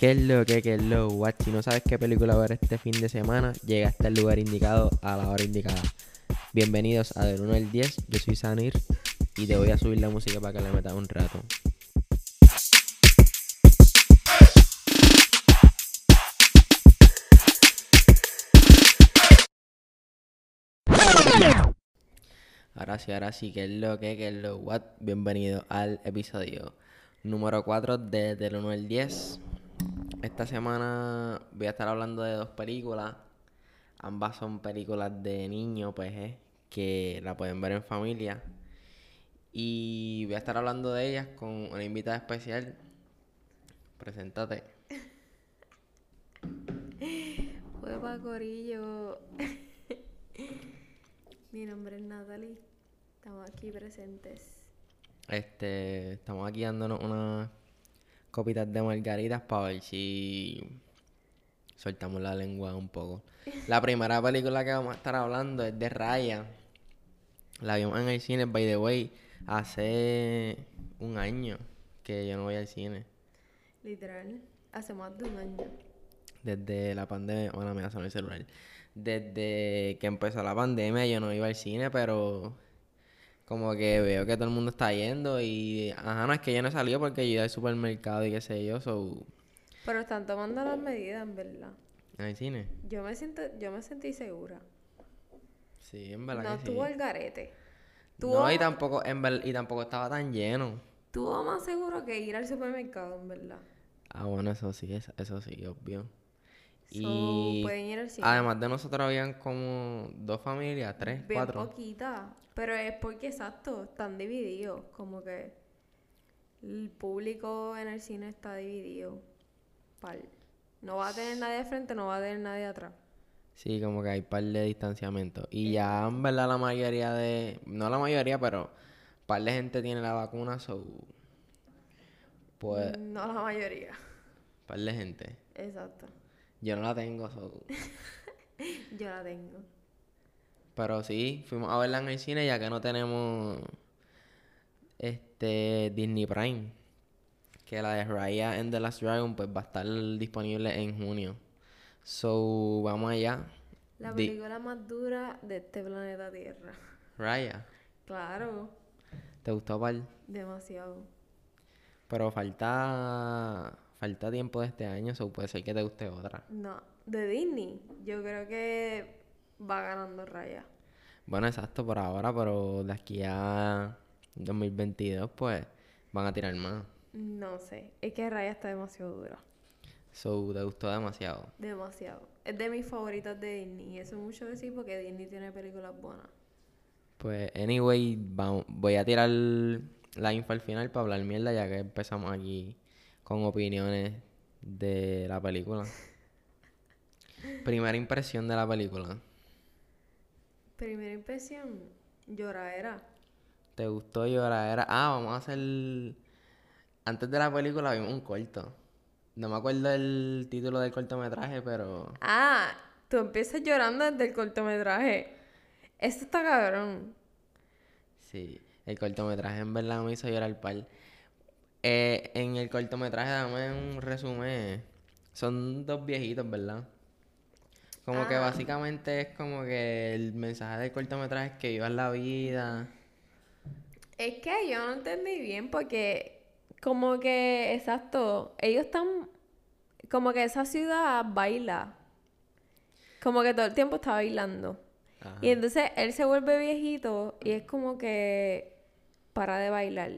¿Qué es lo, what? Si no sabes qué película ver este fin de semana, llega hasta el lugar indicado a la hora indicada. Bienvenidos a Del 1 al 10, yo soy Sanir y te voy a subir la música para que le metas un rato. Ahora sí, ¿qué es lo, what? Bienvenido al episodio número 4 de Del 1 al 10. Esta semana voy a estar hablando de dos películas. Ambas son películas de niños, pues, que la pueden ver en familia. Y voy a estar hablando de ellas con una invitada especial. Preséntate. Hueva Corillo. Mi nombre es Natalie. Estamos aquí presentes. Estamos aquí dándonos unas copitas de margaritas para ver si soltamos la lengua un poco. La primera película que vamos a estar hablando es de Raya. La vimos en el cine, by the way, hace un año que yo no voy al cine. Literal, hace más de un año. Desde la pandemia, bueno, me sonó el celular. Desde que empezó la pandemia yo no iba al cine, pero como que veo que todo el mundo está yendo y... Ajá, no es que yo no he salido porque yo iba al supermercado y qué sé yo, Pero están tomando las medidas, en verdad. ¿en el cine? Yo me sentí segura. Sí, en verdad No que sí. estuvo el garete. No, y tampoco, y tampoco estaba tan lleno. Estuvo más seguro que ir al supermercado, en verdad. Ah, bueno, eso sí, eso sí, obvio. Y pueden ir al cine. Además de nosotros habían como dos familias, tres, Bien cuatro. poquita. Pero es porque, exacto, están divididos. Como que el público en el cine está dividido. No va a tener nadie de frente, no va a tener nadie atrás. Sí, como que hay par de distanciamiento. Y ya en verdad la mayoría no la mayoría, pero par de gente tiene la vacuna, pues, No la mayoría. par de gente. Exacto. Yo no la tengo, Yo la tengo. pero sí, fuimos a verla en el cine ya que no tenemos Disney Prime. Que la de Raya and the Last Dragon pues va a estar disponible en junio. Vamos allá. La película más dura de este planeta Tierra. Raya, Claro. ¿te gustó par? Demasiado. Pero falta tiempo de este año, puede ser que te guste otra. No. De Disney, yo creo que va ganando Raya. Bueno, exacto, por ahora, pero de aquí a 2022 pues van a tirar más. No sé. Es que Raya está demasiado dura. Te gustó demasiado. Demasiado. Es de mis favoritas de Disney. Y eso es mucho decir porque Disney tiene películas buenas. Pues, anyway, voy a tirar la info al final para hablar mierda, ya que empezamos aquí con opiniones de la película. Primera impresión de la película. Primera impresión, lloradera. ¿Te gustó Lloradera? Vamos a hacer... Antes de la película vimos un corto. No me acuerdo el título del cortometraje, pero... Tú empiezas llorando desde el cortometraje. Esto está cabrón. Sí, el cortometraje en verdad me hizo llorar par. En el cortometraje, dame un resumen. Son dos viejitos, ¿verdad? Como que básicamente es como que el mensaje del cortometraje es que vivas la vida. Es que yo no entendí bien porque como que, exacto, ellos están, como que esa ciudad baila. Como que todo el tiempo está bailando. Ajá. Y entonces él se vuelve viejito y es como que para de bailar.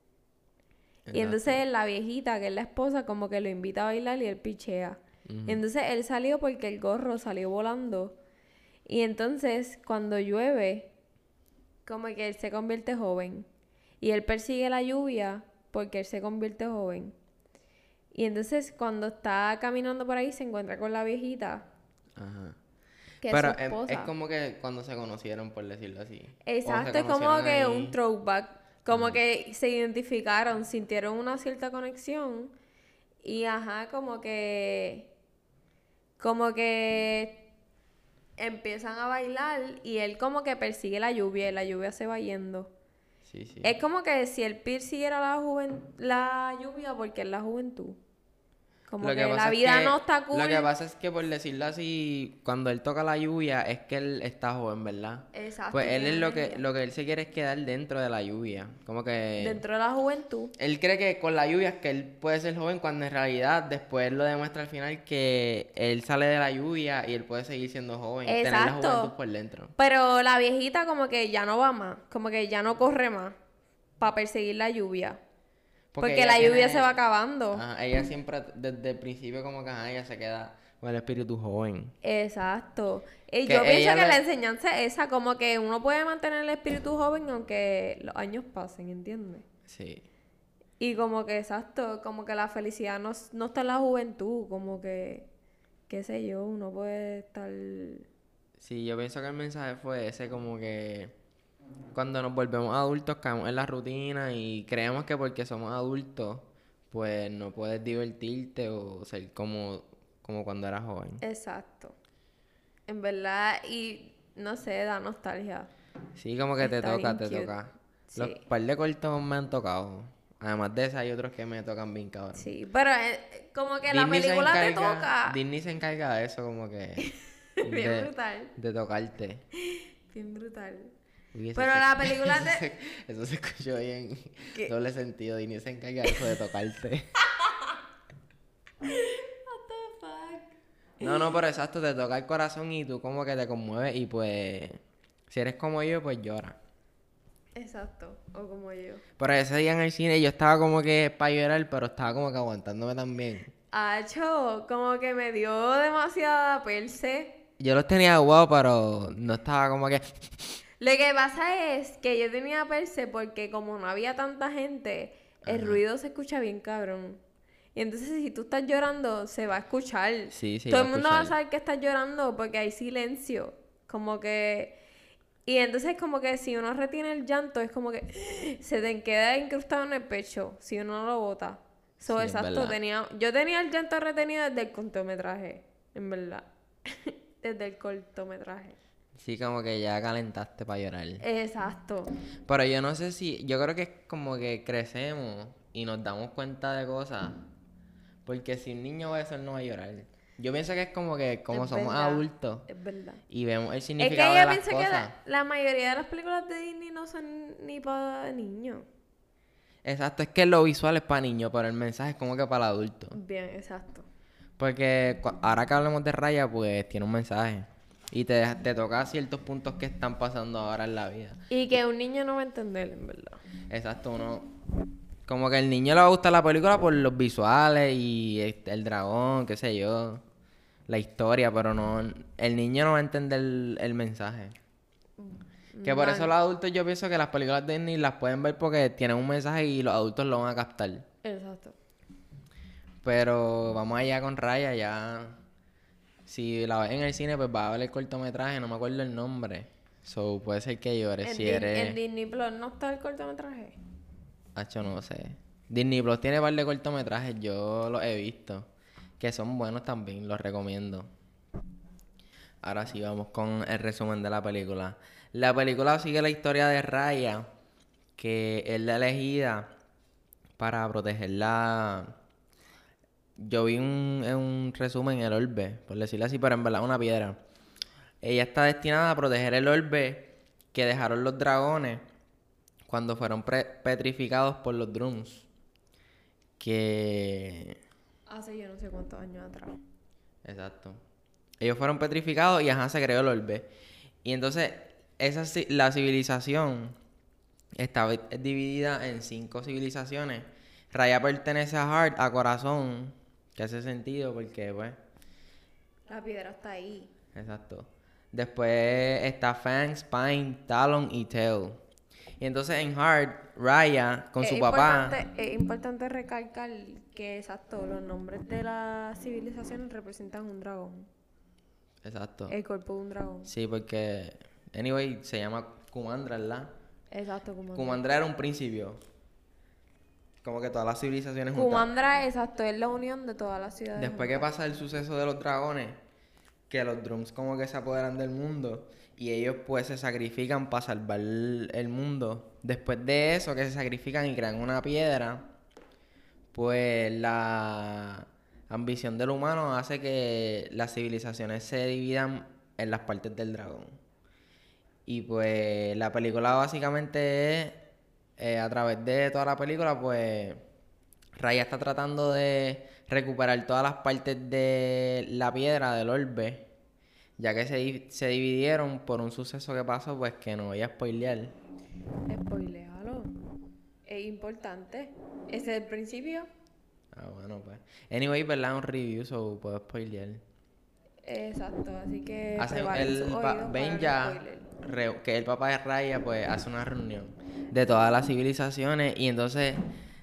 Y entonces la viejita, que es la esposa, como que lo invita a bailar y él pichea. Y entonces él salió porque el gorro salió volando. Y entonces cuando llueve, como que él se convierte joven. Y él persigue la lluvia porque él se convierte joven. Y entonces cuando está caminando por ahí se encuentra con la viejita, Ajá. que Pero es su esposa. es como que cuando se conocieron, por decirlo así. Exacto, O se es como conocieron que ahí. un throwback. Como Ajá. que se identificaron, sintieron una cierta conexión. Y ajá, como que empiezan a bailar y él como que persigue la lluvia y la lluvia se va yendo. Sí, sí. Es como que si el persiguiera la lluvia porque es la juventud. Como Lo que que la pasa es vida que, no está cool. lo que pasa es que por decirlo así, cuando él toca la lluvia es que él está joven, ¿verdad? Exacto, Pues él tiene es energía. lo que él se quiere es quedar dentro de la lluvia. Como que Dentro de la juventud. él cree que con la lluvia es que él puede ser joven cuando en realidad después lo demuestra al final que él sale de la lluvia y él puede seguir siendo joven, tener la juventud Exacto. por dentro. Pero la viejita como que ya no va más, como que ya no corre más para perseguir la lluvia. Porque ella la lluvia se va tiene, acabando. ella siempre desde el principio como que ella se queda con el espíritu joven. Exacto. Y Que yo pienso ella que la le... enseñanza es esa, como que uno puede mantener el espíritu joven aunque los años pasen, ¿entiendes? Sí. Y como que, exacto, como que la felicidad no está en la juventud, como que, qué sé yo, uno puede estar... Sí, yo pienso que el mensaje fue ese como que cuando nos volvemos adultos caemos en la rutina y creemos que porque somos adultos pues no puedes divertirte o ser como cuando eras joven. Exacto. En verdad, y no sé, da nostalgia. Sí, como que Está bien te cute. toca. Los Sí, par de cortos me han tocado. Además de eso hay otros que me tocan bien cabrón. sí. Pero como que la película te toca. Disney se encarga de eso como que Bien de, brutal. de tocarte. Bien brutal. Uy, Pero la película eso te... eso se escuchó bien ¿Qué? doble sentido. Disney se encarga de eso de tocarte. What the fuck? No, no, pero exacto, te toca el corazón y tú como que te conmueves y pues si eres como yo, pues llora. Exacto. O como yo. Pero ese día en el cine yo estaba como que para llorar, pero estaba como que aguantándome también. Acho, como que me dio demasiada perse. Yo los tenía guau, pero no estaba como que... Lo que pasa es que yo tenía perse porque como no había tanta gente, el ruido se escucha bien cabrón. Y entonces si tú estás llorando, se va a escuchar. Sí, sí, Todo iba a el mundo va a escuchar. saber que estás llorando porque hay silencio. Como que... Y entonces como que si uno retiene el llanto, es como que se te queda incrustado en el pecho si uno no lo bota. Sí, es Exacto, verdad. yo tenía el llanto retenido desde el cortometraje, en verdad. Desde el cortometraje. Sí, como que ya calentaste para llorar. Exacto. Pero yo no sé si... Yo creo que es como que crecemos y nos damos cuenta de cosas. Porque si un niño ve eso, él no va a llorar. Yo pienso que es como que como Es somos verdad. adultos Es verdad. y vemos el Es que significado de yo las pienso que cosas. la mayoría de las películas de Disney no son ni para niños. Exacto, es que lo visual es para niños, pero el mensaje es como que para el adulto. Bien, exacto. Porque ahora que hablamos de Raya, pues tiene un mensaje. Y te toca ciertos puntos que están pasando ahora en la vida. Y que un niño no va a entender, en verdad. Exacto, uno... Como que el niño le va a gustar la película por los visuales y el dragón, qué sé yo, la historia, pero no... El niño no va a entender el mensaje. Que por eso los adultos yo pienso que las películas de Disney las pueden ver porque tienen un mensaje y los adultos lo van a captar. Exacto. Pero vamos allá con Raya, ya... Si la ves en el cine, pues vas a ver el cortometraje, no me acuerdo el nombre. So, puede ser que llores si En eres... Disney Plus no está el cortometraje. Hacho, no sé. Disney Plus tiene un par de cortometrajes, yo los he visto. Que son buenos también, los recomiendo. Ahora sí, vamos con el resumen de la película. La película sigue la historia de Raya, que es la elegida para protegerla. Yo vi en un resumen el orbe, por decirlo así, pero en verdad una piedra. Ella está destinada a proteger el orbe que dejaron los dragones cuando fueron petrificados por los drums. Que... Hace yo no sé cuántos años atrás. Exacto. Ellos fueron petrificados y ajá, se creó el orbe. Y entonces, la civilización está dividida en 5 civilizaciones. Raya pertenece a Heart, a Corazón, que hace sentido porque, pues... La piedra está ahí. Exacto. Después está Fang, Spine, Talon y Tail. Y entonces en Heart, Raya con su papá... Es importante recalcar que, exacto, los nombres de las civilizaciones representan un dragón. Exacto. El cuerpo de un dragón. Sí, porque... Anyway, se llama Kumandra, ¿verdad? Exacto, Kumandra. Kumandra era un principio. Como que todas las civilizaciones juntas. Kumandra, exacto, es la unión de todas las ciudades. Después que pasa el suceso de los dragones, que los drums como que se apoderan del mundo y ellos pues se sacrifican para salvar el mundo. Después de eso, que se sacrifican y crean una piedra, pues ambición del humano hace que las civilizaciones se dividan en las partes del dragón. Y pues la película básicamente es, a través de toda la película, pues Raya está tratando de recuperar todas las partes de la piedra del orbe, ya que se dividieron por un suceso que pasó, pues que no voy a spoilear. Spoiléalo. Es importante. Ese es el principio. Ah, bueno, pues. Anyway, ¿verdad? Un review, so puedo spoilear. Exacto, así que Hace preparen sus oídos para el Benja, spoiler. que el papá de Raya, pues hace una reunión de todas las civilizaciones y entonces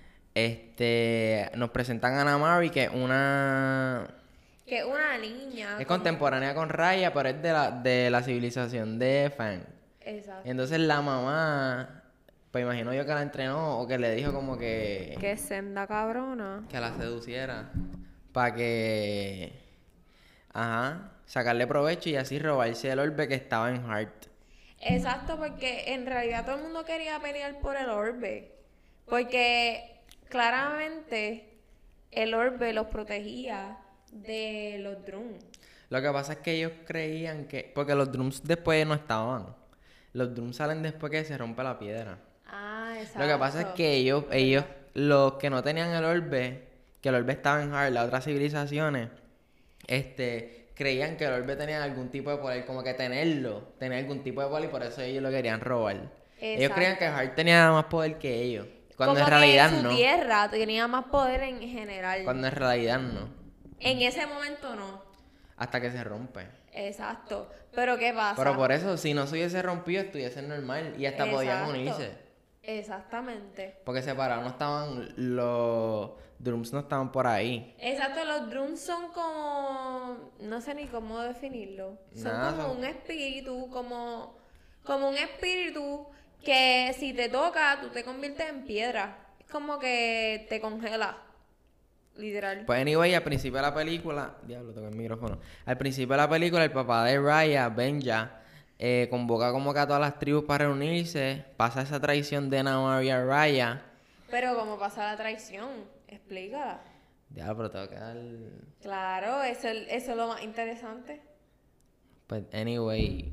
nos presentan a Namari, que es una... Que una niña. Es como- contemporánea con Raya, pero es de la civilización de Fang. Exacto. Entonces la mamá, pues imagino yo que la entrenó o que le dijo como que... Que senda cabrona. Que la seduciera para que... Ajá, sacarle provecho y así robarse el orbe que estaba en Heart. Exacto, porque en realidad todo el mundo quería pelear por el orbe. Porque claramente el orbe los protegía de los drones. Lo que pasa es que ellos creían que... Porque los drums después no estaban. Los drums salen después que se rompe la piedra. Ah, exacto. Lo que pasa es que ellos, los que no tenían el orbe, que el orbe estaba en Heart, las otras civilizaciones, creían que el orbe tenía algún tipo de poder, como que tenía algún tipo de poder y por eso ellos lo querían robar. Ellos creían que Heart tenía más poder que ellos, cuando Como en realidad que su no. tierra tenía más poder en general. Cuando en realidad no. En ese momento no. Hasta que se rompe. Exacto. Pero ¿qué pasa? Pero por eso, si no se hubiese rompido, estuviese normal y hasta podían Exacto. unirse. Exactamente. Porque separados no estaban, los drums no estaban por ahí. Exacto, los drums son como, no sé ni cómo definirlo. Son Nada, como son- un espíritu, como un espíritu que si te toca, tú te conviertes en piedra. Es como que te congela, literal. Pues anyway, al principio de la película, diablo, toqué el micrófono. Al principio de la película, el papá de Raya, Benja, convoca como que a todas las tribus para reunirse, pasa esa traición de Namari a Raya. Pero ¿cómo pasa la traición? Explícala. Diablo, pero tengo que dar... Claro, eso es lo más interesante. Pues anyway,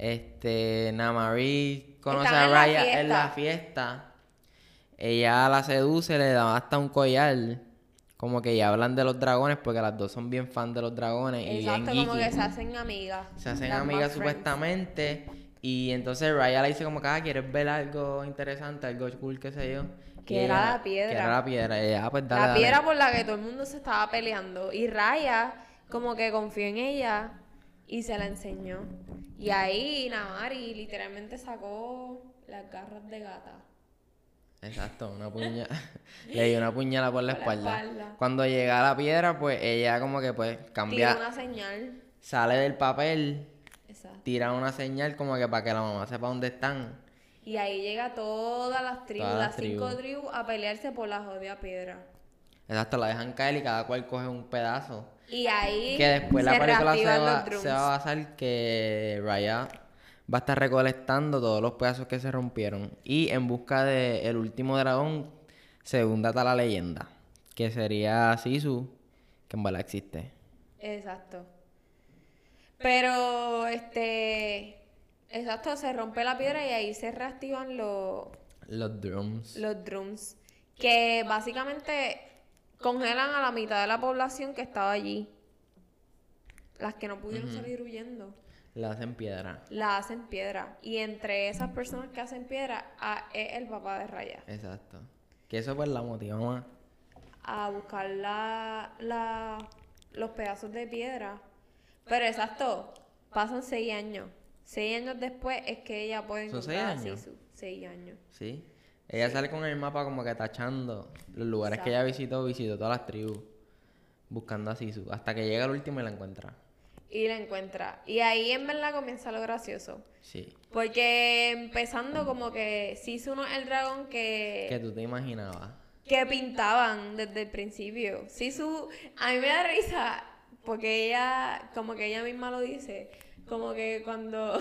Namari conoce Están a en la Raya en fiesta. la fiesta. Ella la seduce, le da hasta un collar. Como que ya hablan de los dragones porque las dos son bien fan de los dragones y bien Exacto, como geeky. que se hacen amigas. Se hacen Las amigas más friends. supuestamente. Y entonces Raya le dice como que, ¿quieres ver algo interesante, algo cool, qué sé yo? Que Y era ella- la piedra. Que era la piedra. Y ella, pues dale, La dale. piedra por la que todo el mundo se estaba peleando. Y Raya, como que confió en ella y se la enseñó. Y ahí Namari literalmente sacó las garras de gata. Exacto, una puña. Le dio una puñalada por la Por la espalda. espalda. Cuando llega a la piedra, pues ella como que pues Tiró cambia, una señal. sale del papel, Exacto. tira una señal como que para que la mamá sepa dónde están. Y ahí llega todas las tribus, Todas las las 5 tribus. tribus, a pelearse por la jodida piedra. Exacto, la dejan caer y cada cual coge un pedazo. Y ahí Que después la se película reactivan los drums. se va a basar que Raya va a estar recolectando todos los pedazos que se rompieron. Y en busca de el último dragón, según data la leyenda, que sería Sisu, que en verdad existe. Exacto. Pero, exacto, se rompe la piedra y ahí se reactivan Los drums. los drums. Que básicamente congelan a la mitad de la población que estaba allí. Las que no pudieron salir huyendo. La hacen piedra. La hacen piedra. Y entre esas personas que hacen piedra es el papá de Raya. Exacto. Que eso pues la motiva más. A buscar los pedazos de piedra. Pero exacto, pasan 6 años. 6 años después es que ella puede ¿Son encontrar 6 a años? Sisu. 6 años. Sí. Ella sale con el mapa como que tachando los lugares que ella visitó todas las tribus. Buscando a Sisu. Hasta que llega el último y la encuentra. Y la encuentra. Y ahí en verdad comienza lo gracioso. Sí. Porque empezando como que Sisu no es el dragón Que que tú te imaginabas. pintaban desde el principio. Sisu, a mí me da risa porque ella, como que ella misma lo dice, como que cuando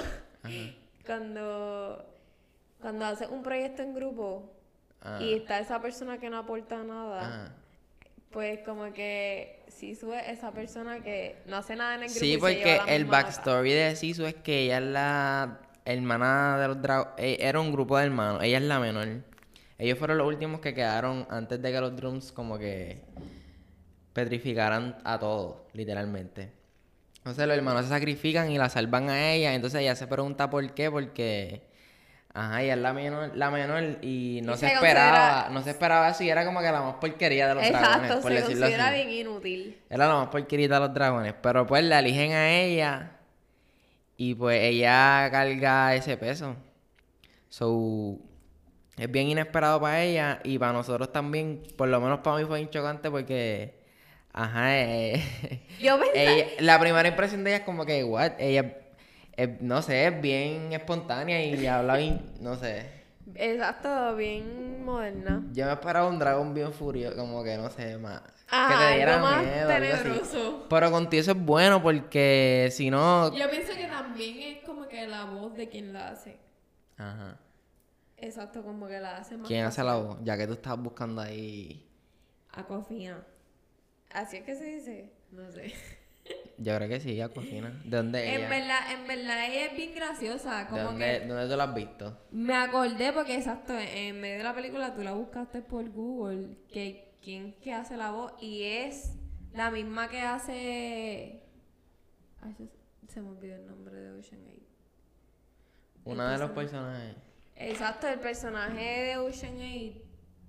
cuando haces un proyecto en grupo Ah. y está esa persona que no aporta nada, Ajá. Pues como que Sisu es esa persona que no hace nada en el grupo Sí, y se lleva porque la el misma nota. backstory de Sisu es que ella es la hermana de los dragones. Era un grupo de hermanos, ella es la menor. Ellos fueron los últimos que quedaron antes de que los drums como que petrificaran a todos, literalmente. Entonces los hermanos se sacrifican y la salvan a ella. Entonces ella se pregunta por qué, porque ajá, ella es la menor y no Y se se esperaba, considera... no se esperaba eso y era como que la más porquería de los dragones, Exacto, por se decirlo considera así. bien inútil. Era la más porquería de los dragones, pero pues la eligen a ella y pues ella carga ese peso. So, es bien inesperado para ella y para nosotros también, por lo menos para mí fue bien chocante porque, ajá, Yo pensaba... la primera impresión de ella es como que, what, ella, no sé, es bien espontánea y habla bien, no sé. Exacto, bien moderna. Yo me esperaba un dragón bien furioso, como que, no sé, más, que te Ajá, algo diera más miedo, algo así. tenebroso. Pero contigo eso es bueno porque si no, Yo pienso que también es como que la voz de quien la hace. ajá, Exacto, como que la hace más ¿quién hace la casual. voz? Ya que tú estás buscando ahí, Aquafina. ¿Así es que se dice? No sé. yo creo que sí, ella cocina. ¿De dónde es ella? En verdad ella es bien graciosa, ¿De como dónde, que dónde tú la has visto? me acordé porque exacto, en medio de la película tú la buscaste por Google, que quién que hace la voz y es la misma que hace ay, se me olvidó el nombre de Ocean 8. Uno de los personajes. Exacto, el personaje de Ocean 8.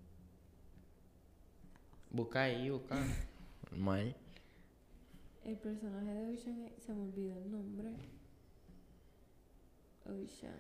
Busca ahí, busca. Normal. El personaje de Ocean 8, se me olvidó el nombre. Ocean.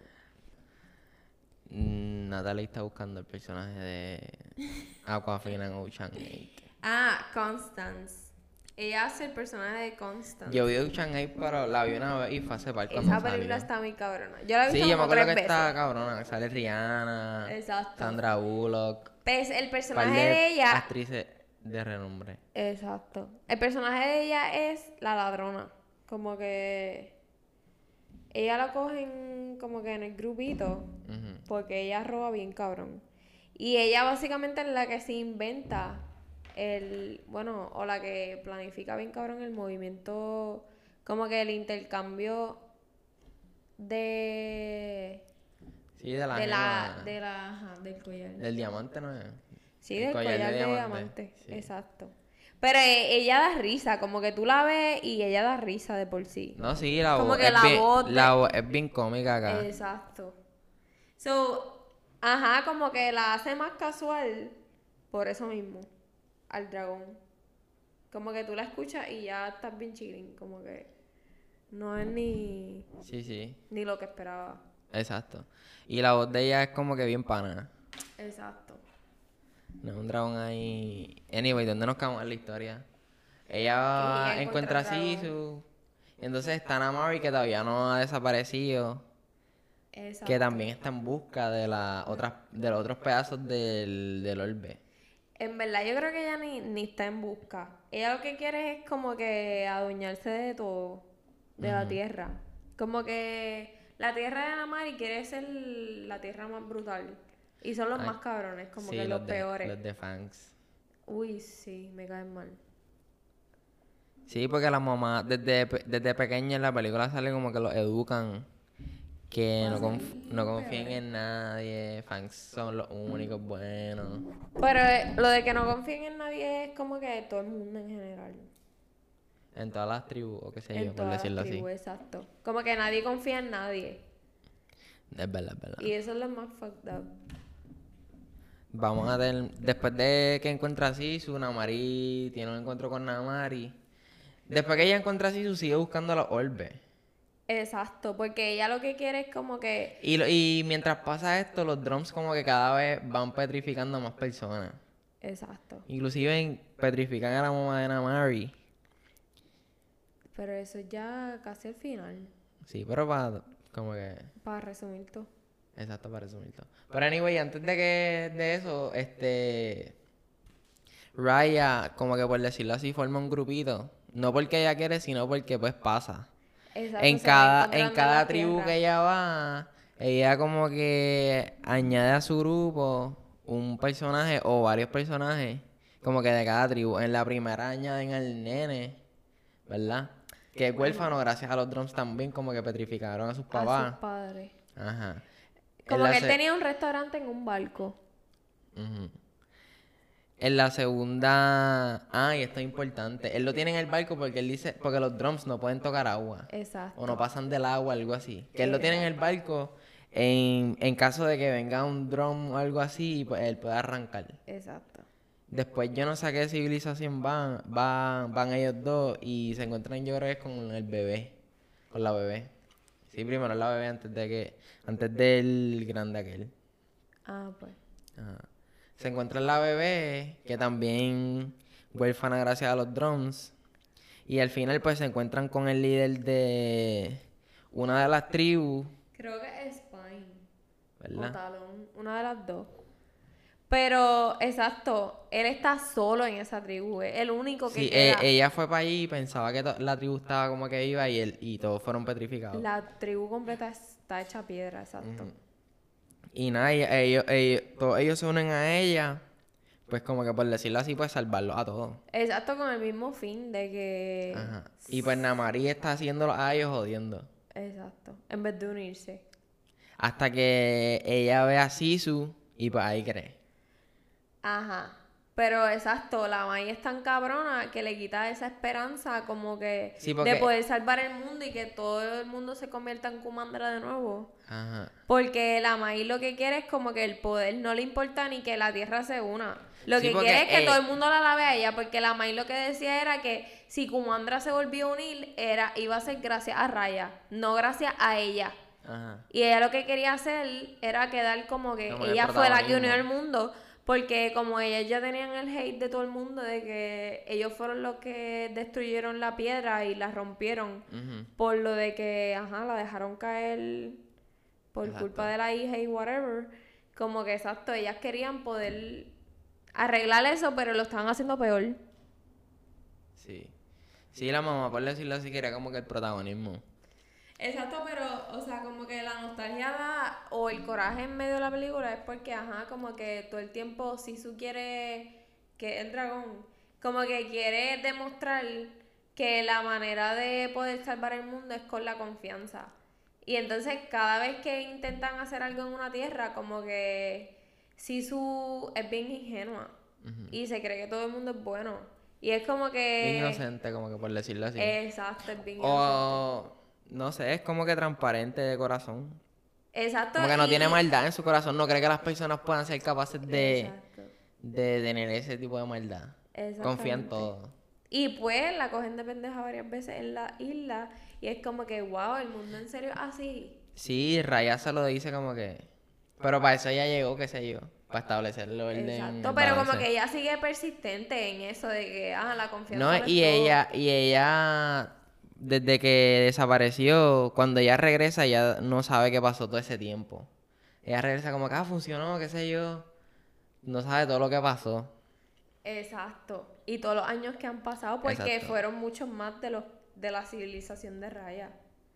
Natalie está buscando el personaje de Aquafina en Ocean 8. Ah, Constance. Ella hace el personaje de Constance. Yo vi Ocean 8, pero la vi una vez y fue hace par cuando Esa película salió. está muy cabrona. Yo la he visto Sí, yo me como acuerdo 3 que veces. está cabrona. Sale Rihanna, Exacto. Sandra Bullock, Pues el par personaje de de ella. actrices de renombre. Exacto. El personaje de ella es la ladrona. Como que. Ella la cogen como que en el grupito. Ujú. Porque ella roba bien cabrón. Y ella básicamente es la que se inventa bueno, o la que planifica bien cabrón el movimiento, como que el intercambio de Sí, de la ajá, del collar. del diamante, ¿no es? Sí, El del collar de diamante. diamante, Sí. exacto. Pero ella da risa, como que tú la ves y ella da risa de por sí. No, sí, la Como voz que es la bien, voz de... la voz es bien cómica acá. Exacto. So, ajá, como que la hace más casual por eso mismo, al dragón. Como que tú la escuchas y ya estás bien chilling, como que no es Sí, sí, ni lo que esperaba. exacto. Y la voz de ella es como que bien pana. Exacto. No es un dragón ahí. Anyway, ¿dónde nos quedamos en la historia? Que Ella ella encuentra a encuentra un dragón. Sisu. Y entonces está Namari que todavía no ha desaparecido. Exacto. Que también está en busca de de los otros pedazos del orbe. En verdad yo creo que ella ni está en busca. Ella lo que quiere es como que adueñarse de todo, de la tierra. Como que la tierra de Namari quiere ser la tierra más brutal. Y son los Ay, más cabrones, como sí, que los peores. los de Fangs. Uy, sí, me caen mal. Sí, porque la mamá, desde pequeña en la película sale como que los educan. Que no confíen en nadie. Fangs son los únicos buenos. Pero lo de que no confíen en nadie es como que todo el mundo en general. En todas las tribus, o qué sé yo, En por todas las decirlo así. tribus, exacto. Como que nadie confía en nadie. Es verdad, es verdad. Y eso es lo más fucked up. Vamos a tener, después de que encuentra a Sisu, Namari tiene un encuentro con Namari. Después que ella encuentra a Sisu, sigue buscando a los orbes. Exacto, porque ella lo que quiere es como que... Y mientras pasa esto, los drums como que cada vez van petrificando a más personas. Exacto. Inclusive petrifican a la mamá de Namari. Pero eso ya casi al final. Sí, pero para, como que... Para resumir todo. Exacto, para resumir todo. Pero anyway, antes de eso, Raya, como que por decirlo así, forma un grupito. No porque ella quiere, sino porque pues pasa. Exacto, En se va en encontrando cada la tribu tierra. que ella va, ella como que añade a su grupo un personaje o varios personajes como que de cada tribu. En la primera añaden al nene, ¿verdad? Que es huérfano gracias a los drums también, como que petrificaron a sus A papás. sus padres. Ajá. Como que él tenía un restaurante en un barco. Ujú. En la segunda... Ah, y esto es importante. Él lo tiene en el barco porque él dice... Porque los drums no pueden tocar agua. Exacto. O no pasan del agua, algo así. Que él lo tiene en el barco en caso de que venga un drum o algo así, pues él puede arrancar. Exacto. Después yo no sé a qué civilización van ellos dos y se encuentran yo creo que es con el bebé. Con la bebé. Sí, primero la bebé antes del grande aquel. Ah, pues. Ajá. Se encuentra la bebé, que también huérfana gracias a los drums. Y al final pues se encuentran con el líder de una de las tribus, Creo que es Spine. O ¿verdad? Talón. Una de las dos. Pero, exacto, él está solo en esa tribu. Es el único que Sí, queda. ella fue para allí y pensaba que la tribu estaba como que iba y todos fueron petrificados. La tribu completa está hecha piedra, exacto. Y nada, todos ellos se unen a ella, pues como que por decirlo así, pues salvarlos a todos. Exacto, con el mismo fin de que... Ajá. Y pues Namari está haciéndolos a ellos jodiendo. Exacto, en vez de unirse. Hasta que ella ve a Sisu y pues ahí cree. Ajá. Pero exacto, la Mai es tan cabrona que le quita esa esperanza como que Sí, de porque... poder salvar el mundo y que todo el mundo se convierta en Kumandra de nuevo. Ajá. Porque la Mai lo que quiere es como que el poder no le importa ni que la tierra se una. Lo Sí, que porque, quiere es que todo el mundo la lave a ella, porque la Mai lo que decía era que si Kumandra se volvió a unir, iba a ser gracias a Raya, no gracias a ella. Ajá. Y ella lo que quería hacer era quedar como que Como el ella fue la que unió protagonismo. el mundo, porque como ellas ya tenían el hate de todo el mundo de que ellos fueron los que destruyeron la piedra y la rompieron Ujú. por lo de que, ajá, la dejaron caer por Exacto. culpa de la hija y whatever. Como que exacto, ellas querían poder arreglar eso, pero lo estaban haciendo peor. Sí. Sí, la mamá, por decirlo así, quería como que el protagonismo. Exacto, pero, o sea, como que la nostalgia da, o el coraje en medio de la película es porque, ajá, como que todo el tiempo Sisu quiere, que el dragón, como que quiere demostrar que la manera de poder salvar el mundo es con la confianza. Y entonces cada vez que intentan hacer algo en una tierra, como que Sisu es bien ingenua y se cree que todo el mundo es bueno. Y es como que... Bien inocente, como que por decirlo así. Exacto, es bien inocente. O... No sé, es como que transparente de corazón. Exacto, Como que no tiene y... maldad en su corazón. No cree que las personas puedan ser capaces Exacto. de tener ese tipo de maldad. Confía en Exactamente. todo. Y pues la cogen de pendeja varias veces en la isla y es como que, wow, el mundo en serio es así. Sí, Raya se lo dice como que... Pero para eso ella llegó, qué sé yo. Para establecer el orden, Exacto, el pero como balance. que ella sigue persistente en eso de que, la confianza No, lo es todo. y ella, desde que desapareció, cuando ella regresa, ella no sabe qué pasó todo ese tiempo. Ella regresa como que, funcionó, qué sé yo. No sabe todo lo que pasó. Exacto. Y todos los años que han pasado porque Exacto. fueron muchos más de la civilización de Raya.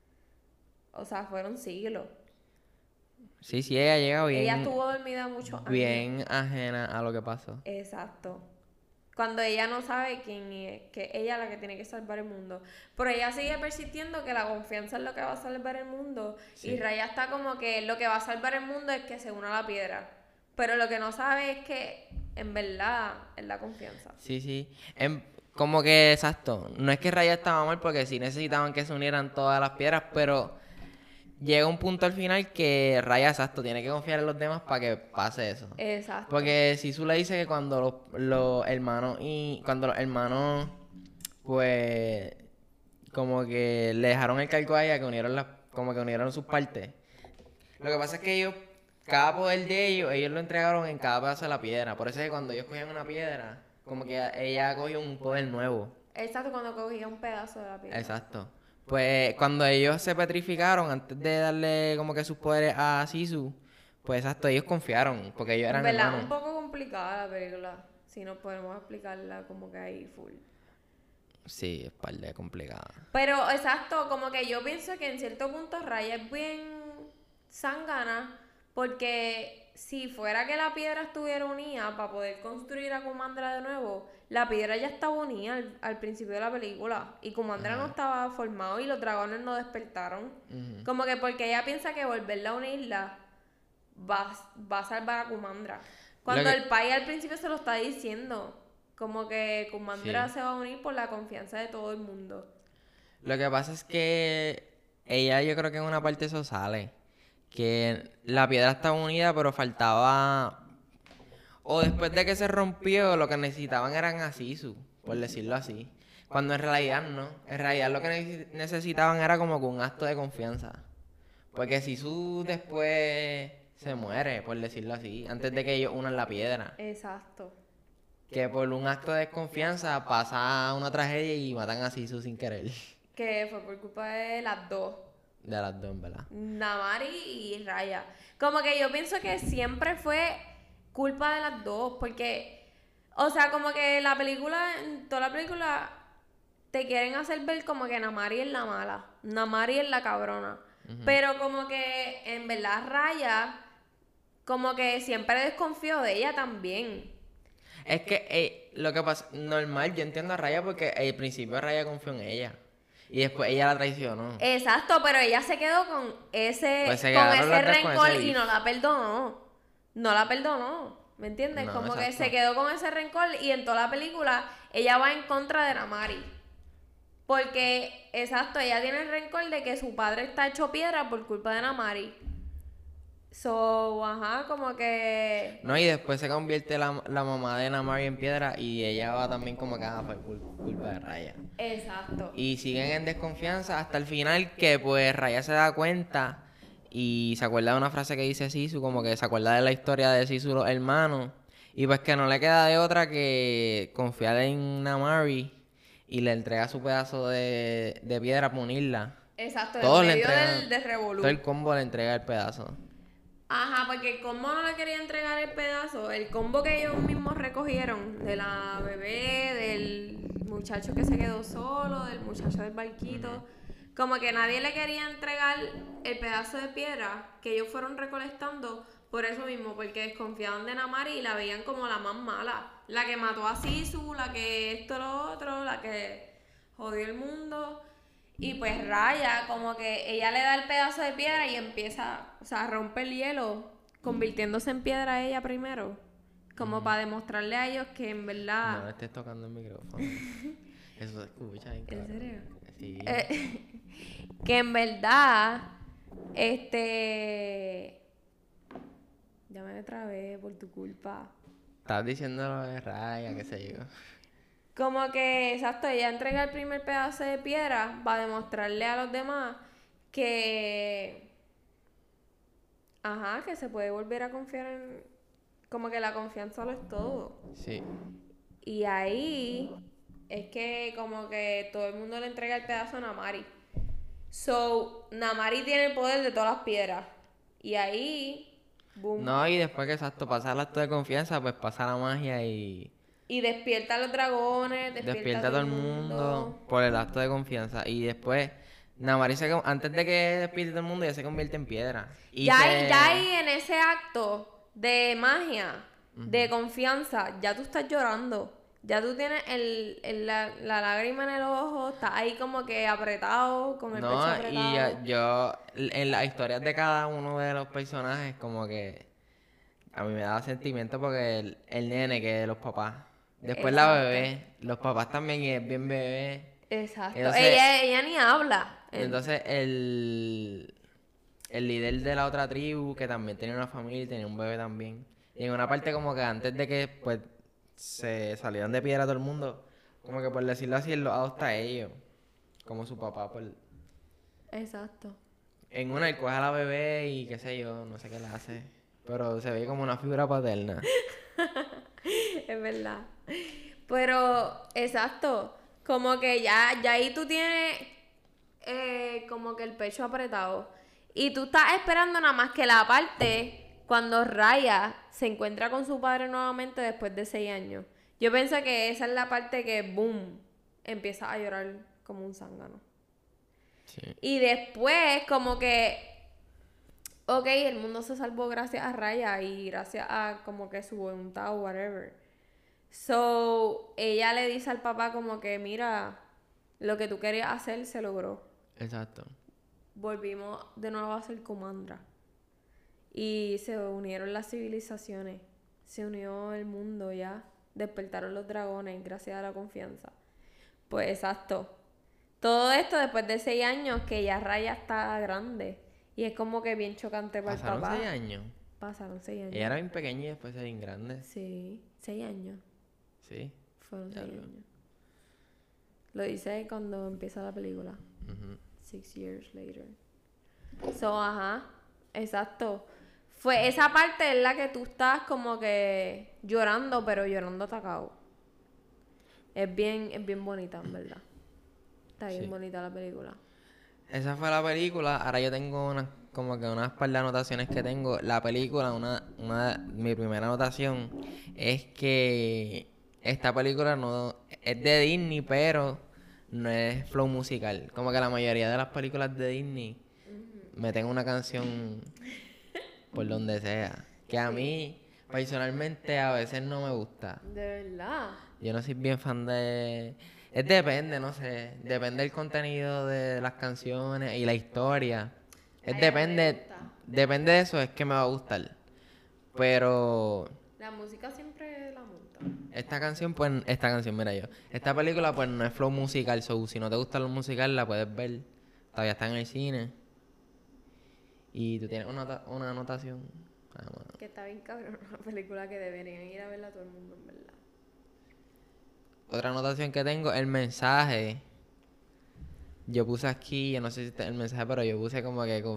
O sea, fueron siglos. Sí, sí, ella llega Ella bien, estuvo dormida muchos años. bien ajena a lo que pasó. Exacto. Cuando ella no sabe quién es, que ella es la que tiene que salvar el mundo. Pero ella sigue persistiendo que la confianza es lo que va a salvar el mundo. Sí. Y Raya está como que lo que va a salvar el mundo es que se una a la piedra. Pero lo que no sabe es que en verdad es la confianza. Sí, sí. Como que, exacto. No es que Raya estaba mal porque sí necesitaban que se unieran todas las piedras, pero llega un punto al final que Raya, exacto, tiene que confiar en los demás para que pase eso. Exacto. Porque Sisu le dice que cuando los hermanos pues como que le dejaron el cargo a ella, como que unieron sus partes. Lo que pasa es que cada poder de ellos lo entregaron en cada pedazo de la piedra. Por eso es que cuando ellos cogían una piedra, como que ella cogió un poder nuevo. Exacto, cuando cogía un pedazo de la piedra. Exacto. Pues cuando ellos se petrificaron, antes de darle como que sus poderes a Sisu, pues exacto, ellos confiaron, porque ellos En eran verdad, hermanos. un poco complicada la película. Si no podemos explicarla como que ahí full. Sí, es par de complicada. Pero exacto, como que yo pienso que en cierto punto Raya es bien zángana porque si fuera que la piedra estuviera unida para poder construir a Kumandra de nuevo, la piedra ya estaba unida al principio de la película. Y Kumandra no estaba formado y los dragones no despertaron. Como que porque ella piensa que volverla a unirla va a salvar a Kumandra. Cuando el pai al principio se lo está diciendo. Como que Kumandra se va a unir por la confianza de todo el mundo. Lo que pasa es que ella, yo creo que en una parte eso sale. Que la piedra estaba unida, pero faltaba... O después de que se rompió, lo que necesitaban eran a Sisu, por decirlo así. Cuando en realidad no. En realidad lo que necesitaban era como que un acto de confianza. Porque Sisu después se muere, por decirlo así, antes de que ellos unan la piedra. Exacto. Que por un acto de desconfianza pasa una tragedia y matan a Sisu sin querer. Que fue por culpa de las dos. De las dos, ¿verdad? Namari y Raya. Como que yo pienso que siempre fue culpa de las dos. Porque, o sea, como que la película, en toda la película, te quieren hacer ver como que Namari es la mala. Namari es la cabrona. Pero como que en verdad Raya, como que siempre desconfió de ella también. Es que lo que pasa, normal, yo entiendo a Raya porque al principio Raya confió en ella. Y después ella la traicionó. Exacto, pero ella se quedó con ese, Pues se con quedaron ese las dos con rencor ese y beef. no la perdonó. No la perdonó. ¿Me entiendes? No, Como que exacto. se quedó con ese rencor y en toda la película ella va en contra de Namari. Porque, exacto, ella tiene el rencor de que su padre está hecho piedra por culpa de Namari. So, ajá, como que... No, y después se convierte la mamá de Namari en piedra y ella va también como que fue culpa de Raya. Exacto. Y siguen en desconfianza hasta el final que pues Raya se da cuenta y se acuerda de una frase que dice Sisu, como que se acuerda de la historia de Sisu los hermanos. Y pues que no le queda de otra que confiar en Namari y le entrega su pedazo de piedra para unirla. Exacto, Todos en le medio entregan, del revolú. todo el combo le entrega el pedazo. Ajá, porque el combo no le quería entregar el pedazo. El combo que ellos mismos recogieron de la bebé, del muchacho que se quedó solo, del muchacho del barquito. Como que nadie le quería entregar el pedazo de piedra que ellos fueron recolectando por eso mismo, porque desconfiaban de Namari y la veían como la más mala. La que mató a Sisu, la que esto, lo otro, la que jodió el mundo. Y pues Raya, como que ella le da el pedazo de piedra y empieza, o sea, rompe el hielo, convirtiéndose en piedra ella primero. Como para demostrarle a ellos que en verdad... No le estés tocando el micrófono. Eso se escucha bien, ¿En claro. serio? Sí. Que en verdad, ya me trabé por tu culpa. Estás diciendo lo de Raya, qué sé yo. Como que, exacto, ella entrega el primer pedazo de piedra para demostrarle a los demás que... Ajá, que se puede volver a confiar en... Como que la confianza lo es todo. Sí. Y ahí es que como que todo el mundo le entrega el pedazo a Namari. So, Namari tiene el poder de todas las piedras. Y ahí, boom. No, y después que exacto, pasa el acto de confianza, pues pasa la magia y Y despierta a los dragones, despierta a todo el mundo por el acto de confianza. Y después, Namari antes de que despierte todo el mundo, ya se convierte en piedra. Y Ya ahí en ese acto de magia, de confianza, ya tú estás llorando. Ya tú tienes la lágrima en el ojo, estás ahí como que apretado, con el pecho No, apretado. y yo, en las historias de cada uno de los personajes, como que a mí me daba sentimiento porque el nene, que es los papás. Después la Exacto. bebé, los papás también, y es bien bebé. Exacto. Entonces, Ella ni habla. entonces el líder de la otra tribu, que también tenía una familia y tenía un bebé también. Y en una parte como que antes de que pues se salieran de piedra todo el mundo, como que por decirlo así, él los adopta a ellos, como su papá. Exacto. En una él coge a la bebé y qué sé yo, no sé qué le hace, pero se ve como una figura paterna. Es verdad. Pero, exacto. Como que ya ahí tú tienes como que el pecho apretado. Y tú estás esperando nada más que la parte cuando Raya se encuentra con su padre nuevamente después de 6 años. Yo pienso que esa es la parte que, boom, empieza a llorar como un zángano. Sí. Y después, como que ok, el mundo se salvó gracias a Raya y gracias a como que su voluntad o whatever. So, ella le dice al papá como que, mira, lo que tú querías hacer se logró. Exacto. Volvimos de nuevo a ser Kumandra. Y se unieron las civilizaciones. Se unió el mundo ya. Despertaron los dragones gracias a la confianza. Pues exacto. Todo esto después de 6 años que ya Raya está grande. Y es como que bien chocante para el Pasaron papá. 6 años. Pasaron 6 años. Ella era bien pequeña y después se bien grande. Sí, 6 años. Sí. Fueron 6 Diablo. años. Lo dice cuando empieza la película. Ujú. 6 years later. So, ajá. Exacto. Fue esa parte en la que tú estás como que llorando, pero llorando atacado. Es bien bonita, en verdad. Está bien Sí. bonita la película. Esa fue la película. Ahora yo tengo como que unas par de anotaciones que tengo. La película, mi primera anotación es que esta película no es de Disney, pero no es flow musical. Como que la mayoría de las películas de Disney meten una canción por donde sea. Que a mí, personalmente, a veces no me gusta. De verdad. Yo no soy bien fan de... Es depende, no sé. Depende del contenido de las canciones y la historia. Es Ay, a mí me depende... gusta. Depende de eso, es que me va a gustar. Pero... La música siempre la monta. Mira yo. Esta película, pues, no es flow musical. So, si no te gusta lo musical, la puedes ver. Todavía está en el cine. Y tú tienes una anotación. Ah, mano. Que está bien cabrón. Una película que deberían ir a verla todo el mundo, en verdad. Otra anotación que tengo, el mensaje. Yo puse aquí, yo no sé si está el mensaje, pero yo puse como que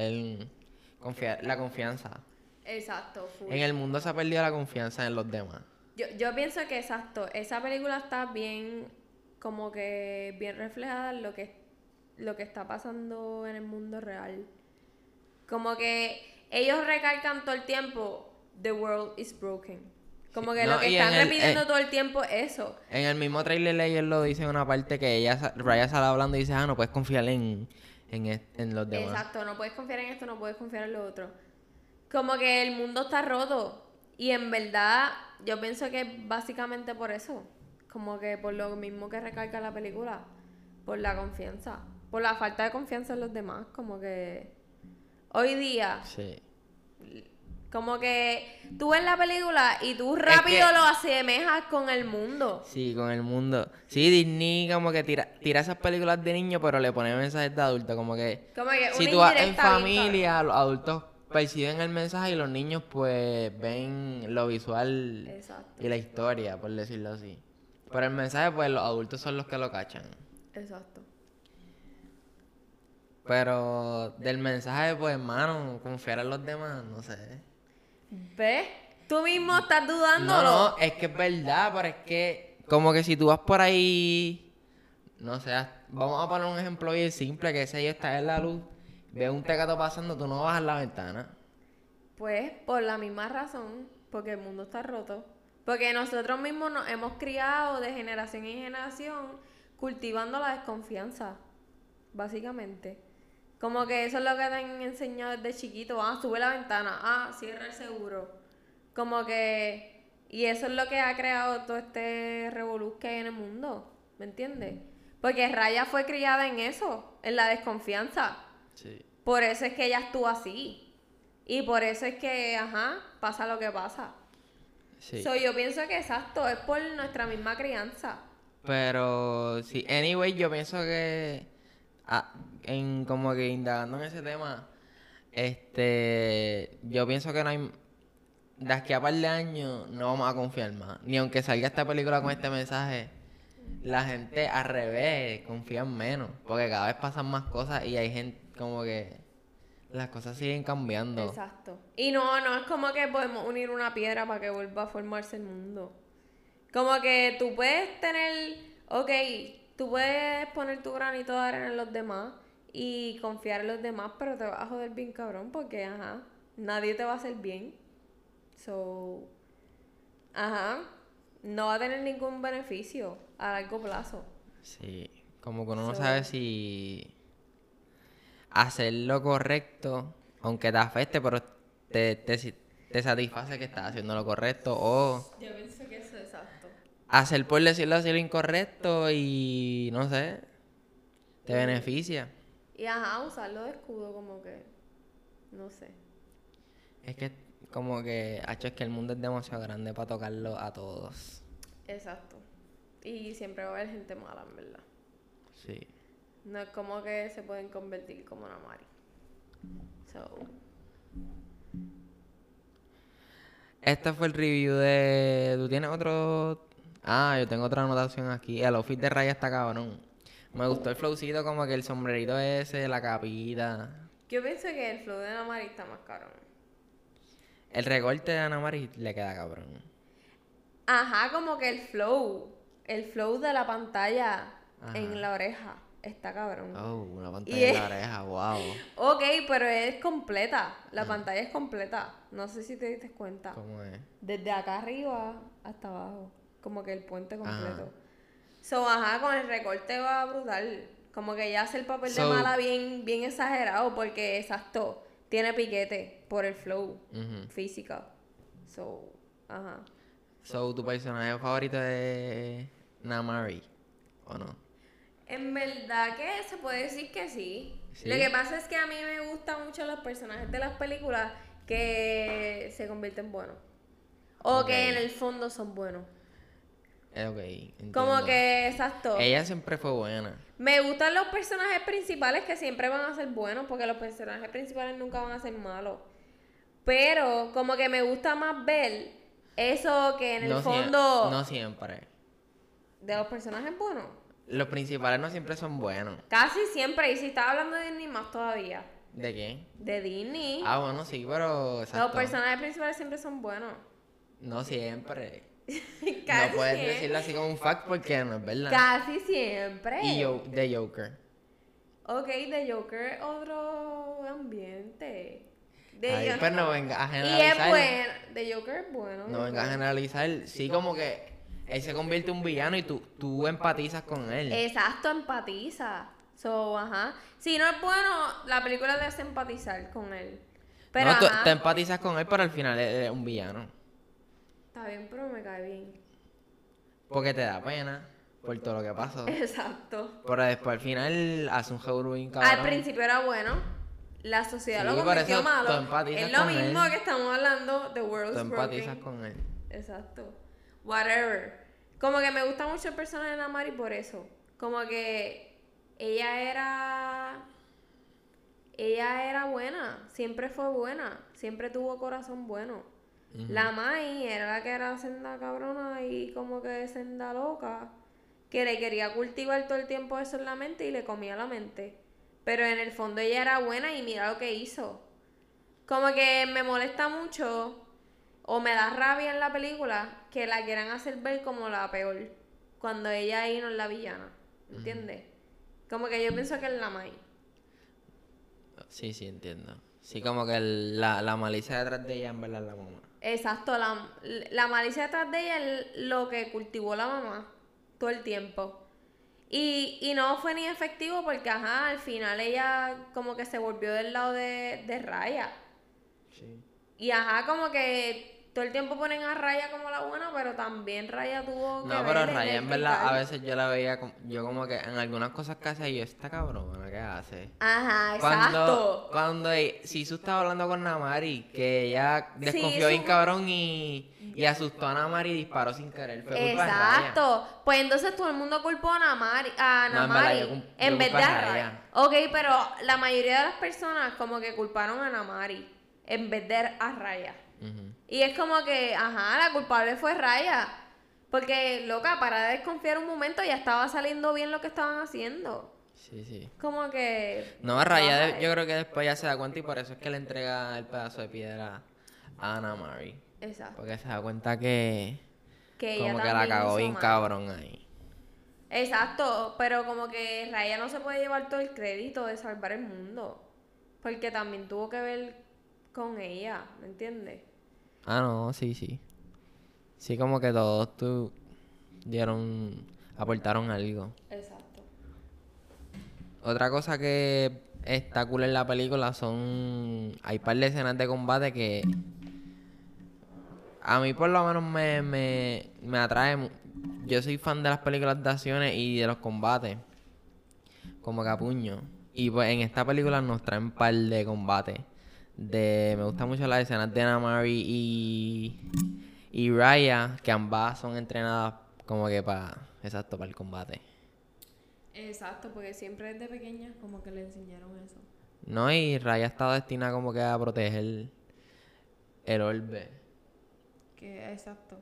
la confianza. Exacto, full. En el mundo se ha perdido la confianza en los demás. Yo pienso que exacto, esa película está bien, como que bien reflejada en lo que está pasando en el mundo real. Como que ellos recalcan todo el tiempo, the world is broken. Como que No, lo que y están repitiendo todo el tiempo es eso. En el mismo trailer ellos lo dicen en una parte que Raya sale hablando y dice, no puedes confiar en los demás. Exacto, no puedes confiar en esto, no puedes confiar en lo otro. Como que el mundo está roto. Y en verdad, yo pienso que es básicamente por eso. Como que por lo mismo que recalca la película. Por la confianza. Por la falta de confianza en los demás. Como que hoy día, Sí. como que tú ves la película y tú rápido lo asemejas con el mundo. Sí, con el mundo. Sí, Disney como que tira esas películas de niños, pero le pone mensajes de adultos. Como que si una tú vas en indirecta bien familia, los adultos perciben el mensaje y los niños pues ven lo visual Exacto. y la historia, por decirlo así. Pero el mensaje pues los adultos son los que lo cachan. Exacto. Pero del mensaje pues hermano, confiar en los demás, no sé. ¿Ves? Tú mismo estás dudándolo. No, es que es verdad, pero es que como que si tú vas por ahí, no sé, vamos a poner un ejemplo bien simple, que ese día está en la luz, ves un tecato pasando, tú no bajas la ventana. Pues por la misma razón, porque el mundo está roto. Porque nosotros mismos nos hemos criado de generación en generación cultivando la desconfianza, básicamente. Como que eso es lo que te han enseñado desde chiquito. Sube la ventana, cierra el seguro. Como que... Y eso es lo que ha creado todo este revolú que hay en el mundo, ¿me entiendes? Porque Raya fue criada en eso, en la desconfianza. Sí. Por eso es que ella estuvo así. Y por eso es que, pasa lo que pasa. Sí. Yo pienso que exacto, es por nuestra misma crianza. Pero sí, anyway, yo pienso que en como que indagando en ese tema, yo pienso que no hay de aquí a par de años no vamos a confiar más. Ni aunque salga esta película con este mensaje, la gente al revés confía menos, porque cada vez pasan más cosas y hay gente como que las cosas siguen cambiando. Exacto. Y no es como que podemos unir una piedra para que vuelva a formarse el mundo. Como que tú puedes tener, tú puedes poner tu granito de arena en los demás y confiar en los demás, pero te vas a joder bien cabrón porque, nadie te va a hacer bien. So, no va a tener ningún beneficio a largo plazo. Sí, como que uno no sabe si hacer lo correcto aunque te afecte, pero te satisface que estás haciendo lo correcto o Yo pienso que eso es exacto. hacer, por decirlo así, lo incorrecto y no sé, te beneficia. Y ajá, usarlo de escudo como que, no sé. Es que como que, es que el mundo es demasiado grande para tocarlo a todos. Exacto. Y siempre va a haber gente mala, en verdad. Sí. No es como que se pueden convertir como una Mari. So, Este fue el review de... ¿Tú tienes otro? Ah, yo tengo otra anotación aquí. El outfit de Raya está cabrón. Me gustó el flowcito, como que el sombrerito ese, la capita. yo pienso que el flow de Ana Mari está más caro. El recorte de Ana Maris le queda cabrón. Ajá, como que el flow de la pantalla Ajá. en la oreja está cabrón. Oh, una Y pantalla en es- la oreja, wow. Ok, pero es completa. La pantalla es completa. No sé si te diste cuenta. ¿Cómo es? Desde acá arriba hasta abajo. Como que el puente completo. Ajá. So, ajá, con el recorte va brutal. Como que ella hace el papel de So- mala bien, bien exagerado. Porque, exacto, tiene piquete por el flow Ujú. físico. So, ajá. So, ¿tu personaje favorito es Namari? ¿O no? En verdad que se puede decir que sí. ¿Sí? Lo que pasa es que a mí me gustan mucho los personajes de las películas que se convierten buenos. O Ok. que en el fondo son buenos. Ok, entiendo. Como que, exacto. Ella siempre fue buena. Me gustan los personajes principales que siempre van a ser buenos, porque los personajes principales nunca van a ser malos. Pero como que me gusta más ver eso que en el No fondo no siempre. de los personajes buenos. Los principales no siempre son buenos. Casi siempre, y si estaba hablando de Disney más todavía. ¿De qué? De Disney. Ah, bueno, sí, pero... Los Exacto. personajes principales siempre son buenos. No siempre. Casi No puedes siempre. decirlo así como un fact porque no es verdad. Casi siempre. Y yo, de Joker. Ok, de Joker otro ambiente. Ay, Joker- pero no venga a Y es generalizar. bueno. De Joker es bueno. No yo venga a creo. generalizar. Sí, como que él se convierte en un villano y tú empatizas con él. Exacto, empatiza. So, ajá. Si no es bueno, la película le hace empatizar con él. Pero No, ajá. tú empatizas con él, pero al final él es un villano. Está bien, pero me cae bien. Porque te da pena por todo lo que pasó. Exacto. Pero después al final hace un jaburo bien cabrón. Al principio era bueno. La sociedad Sí, lo por convirtió eso malo. tú empatizas Es lo con mismo él. que estamos hablando de World's Tú empatizas Broken. con él. Exacto. Whatever. Como que me gusta mucho el personaje de Namari por eso. Como que ella era. Ella era buena. Siempre fue buena. Siempre tuvo corazón bueno. Ujú. La Mai era la que era senda cabrona y como que senda loca. Que le quería cultivar todo el tiempo eso en la mente y le comía la mente. Pero en el fondo ella era buena y mira lo que hizo. Como que me molesta mucho o me da rabia en la película que la quieran hacer ver como la peor. Cuando ella ahí no es la villana. ¿Entiendes? Como que yo pienso que es la Mai. Sí, sí, entiendo. Sí, como que la malicia detrás de ella en verdad es la mamá. Exacto, la malicia detrás de ella es lo que cultivó la mamá todo el tiempo. Y no fue ni efectivo porque, ajá, al final ella como que se volvió del lado de Raya. Sí. Y, ajá, como que todo el tiempo ponen a Raya como la buena, pero también Raya tuvo que No, ver pero Raya en verdad a crical. veces yo la veía yo como que en algunas cosas que hace yo, esta cabrona, ¿qué hace? Ajá, exacto. Cuando Sisu estaba hablando con Namari, que ella desconfió bien Sisu- cabrón y asustó a Namari y disparó sin querer. Fue culpa de Raya. Exacto. Pues entonces todo el mundo culpó a Namari, No, en verdad, yo en vez de culpo a a Raya. Raya. Ok, pero la mayoría de las personas como que culparon a Namari en vez de a Raya. Ujú. Y es como que, ajá, la culpable fue Raya. Porque, loca, para de desconfiar un momento ya estaba saliendo bien lo que estaban haciendo. Sí, sí. Como que... No, Raya baja yo creo que después ya se da cuenta y por eso es que le entrega el pedazo de piedra a Namari. Exacto. Porque se da cuenta que Que ella como que la también cagó hizo bien mal. cabrón ahí. Exacto, pero como que Raya no se puede llevar todo el crédito de salvar el mundo. Porque también tuvo que ver con ella, ¿me entiendes? Ah, no, sí, sí. Sí, como que todos aportaron algo. Exacto. Otra cosa que está cool en la película hay par de escenas de combate que a mí por lo menos me atrae. Yo soy fan de las películas de acciones y de los combates, como que a puño. Y pues en esta película nos traen par de combates. Me gustan mucho las escenas de Namari y Raya, que ambas son entrenadas como que exacto, para el combate. Exacto, porque siempre desde pequeña como que le enseñaron eso. No, y Raya estaba destinada como que a proteger el orbe. Exacto.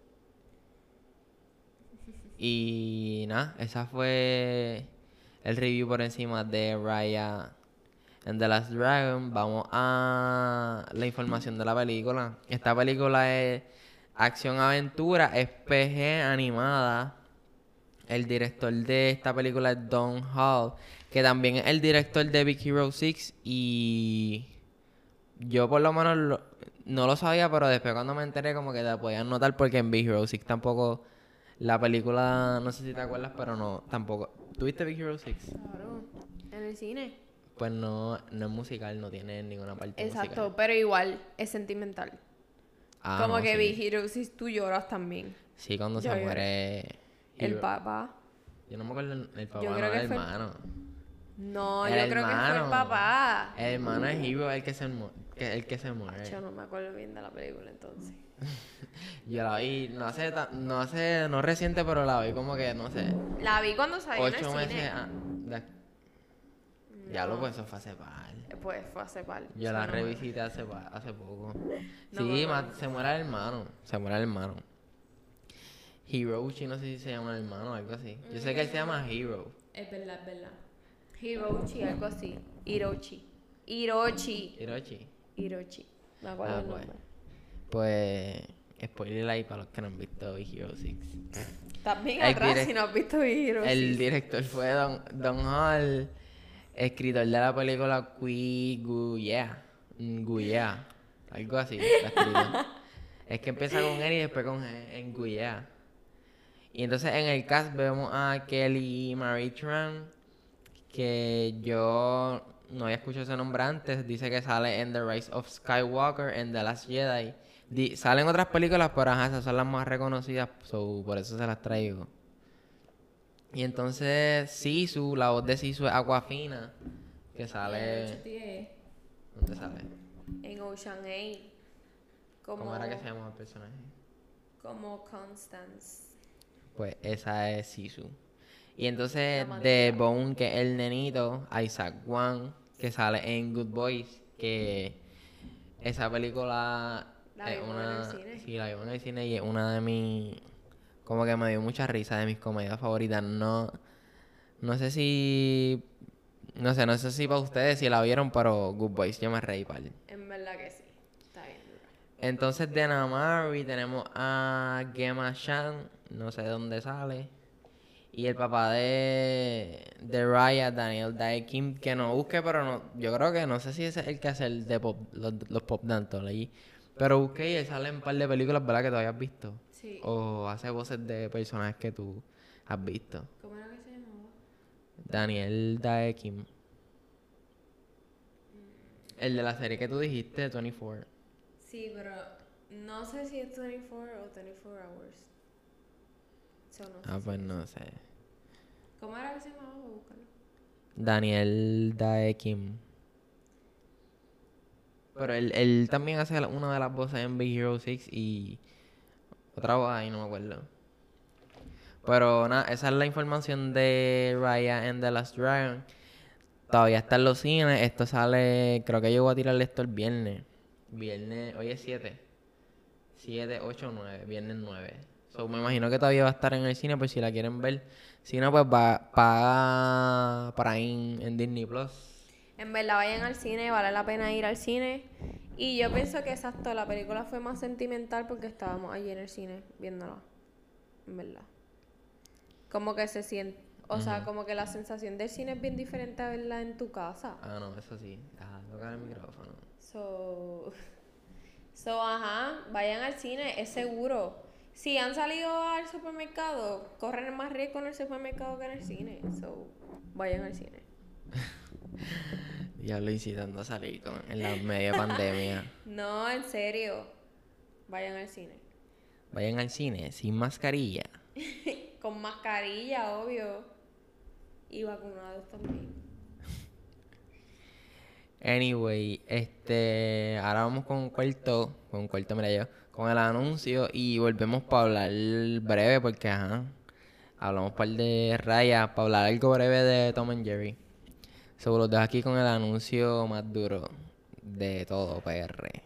Y nada, esa fue el review por encima de Raya and the Last Dragon. Vamos a la información de la película. Esta película es acción-aventura, es PG animada. El director de esta película es Don Hall, que también es el director de Big Hero 6. Y yo por lo menos no lo sabía, pero después cuando me enteré como que la podían notar porque en Big Hero 6 tampoco... La película, no sé si te acuerdas, pero no, tampoco. ¿Tuviste Big Hero 6? Claro. En el cine. Pues no es musical, no tiene ninguna parte Exacto, musical. pero igual es sentimental. Como No, que sí. Big Hero 6 tú lloras también. Sí, cuando Yo se lloré. muere El Hero. papá. Yo no me acuerdo el papá, Yo no, creo que el fue hermano. No, El yo creo que fue el hermano. papá. El hermano es Hero el que se muere. Yo no me acuerdo bien de la película entonces. Yo la vi, no reciente, pero la vi como que, no sé, La vi cuando salió en 8 el meses. cine. Ya No. pues eso fue hace par. Pues fue hace par. Yo Eso la no me- revisité hace poco. No Sí, me acuerdo. se muere el hermano. Se muere el hermano. Hiroshi, no sé si se llama el hermano o algo así. Yo sé que él se llama Hero. Es verdad, es verdad. Hiroshi, algo así. Hiroshi. Me acuerdo el Pues. nombre. Pues. Spoiler ahí para los que no han visto Big Hero 6. Estás bien El atrás direct- si no has visto Hiroshi. El director fue Don Hall, escritor de la película Guya. Guya. Algo así. La escribió. Es que empieza con él y después con G, en Guya. Y entonces en el cast vemos a Kelly Marie Tran, que yo no había escuchado ese nombre antes. Dice que sale en The Rise of Skywalker, en The Last Jedi. Salen otras películas, pero ajá, esas son las más reconocidas, por eso se las traigo. Y entonces Sisu, la voz de Sisu es Aquafina, que sale... ¿Dónde sale? En Ocean 8. ¿Cómo era que se llama el personaje? Como Constance. Pues esa es Sisu. Y entonces La de manera. Bone, que es el nenito, Isaac Wang, que sale en Good Boys, que esa película La es vimos en el cine. Sí, la vimos en el cine y es una de mis... Como que me dio mucha risa, de mis comedias favoritas. No sé si... No sé si para ustedes si la vieron, pero Good Boys yo me reí pal. En verdad que sí. Está bien dura. Entonces de Namari tenemos a Gemma Chan, no sé de dónde sale. Y el papá de Raya, Daniel Dae Kim, que no busque, pero no, yo creo que no sé si ese es el que hace el de pop, los pop dance allí. Pero busqué y él sale en un par de películas, ¿verdad? Que tú hayas visto. Sí. O hace voces de personajes que tú has visto. ¿Cómo era que se llamaba? Daniel Dae Kim. El de la serie que tú dijiste, 24. Sí, pero no sé si es 24 o 24 Hours. So, no sé si Pues es. no sé. ¿Cómo era que se llamaba? Voy a buscarlo. Daniel Dae Kim. Pero él también hace una de las voces en Big Hero 6 y otra voz ahí, no me acuerdo. Pero nada, esa es la información de Raya and the Last Dragon. Todavía está en los cines. Esto sale, creo que yo voy a tirarle esto el viernes. Viernes, hoy es 7. 7, 8, 9. Viernes 9. So, me imagino que todavía va a estar en el cine por si la quieren ver. Si no, pues va para en Disney Plus. En verdad, vayan al cine, vale la pena ir al cine. Y yo pienso que exacto, la película fue más sentimental porque estábamos allí en el cine viéndola. En verdad. Como que se siente. O sea, como que la sensación del cine es bien diferente a verla en tu casa. No, eso sí. Tocar el micrófono. Ajá, vayan al cine, es seguro. Si han salido al supermercado, corren más riesgo en el supermercado que en el cine. So, vayan al cine. Ya lo incitando a salir en la media pandemia. No, en serio. Vayan al cine. Vayan al cine sin mascarilla. Con mascarilla, obvio. Y vacunados también. Anyway, ahora vamos mira yo, con el anuncio y volvemos para hablar breve porque, ajá, hablamos un par de rayas para hablar algo breve de Tom and Jerry. Seguro los dejo aquí con el anuncio más duro de todo PR.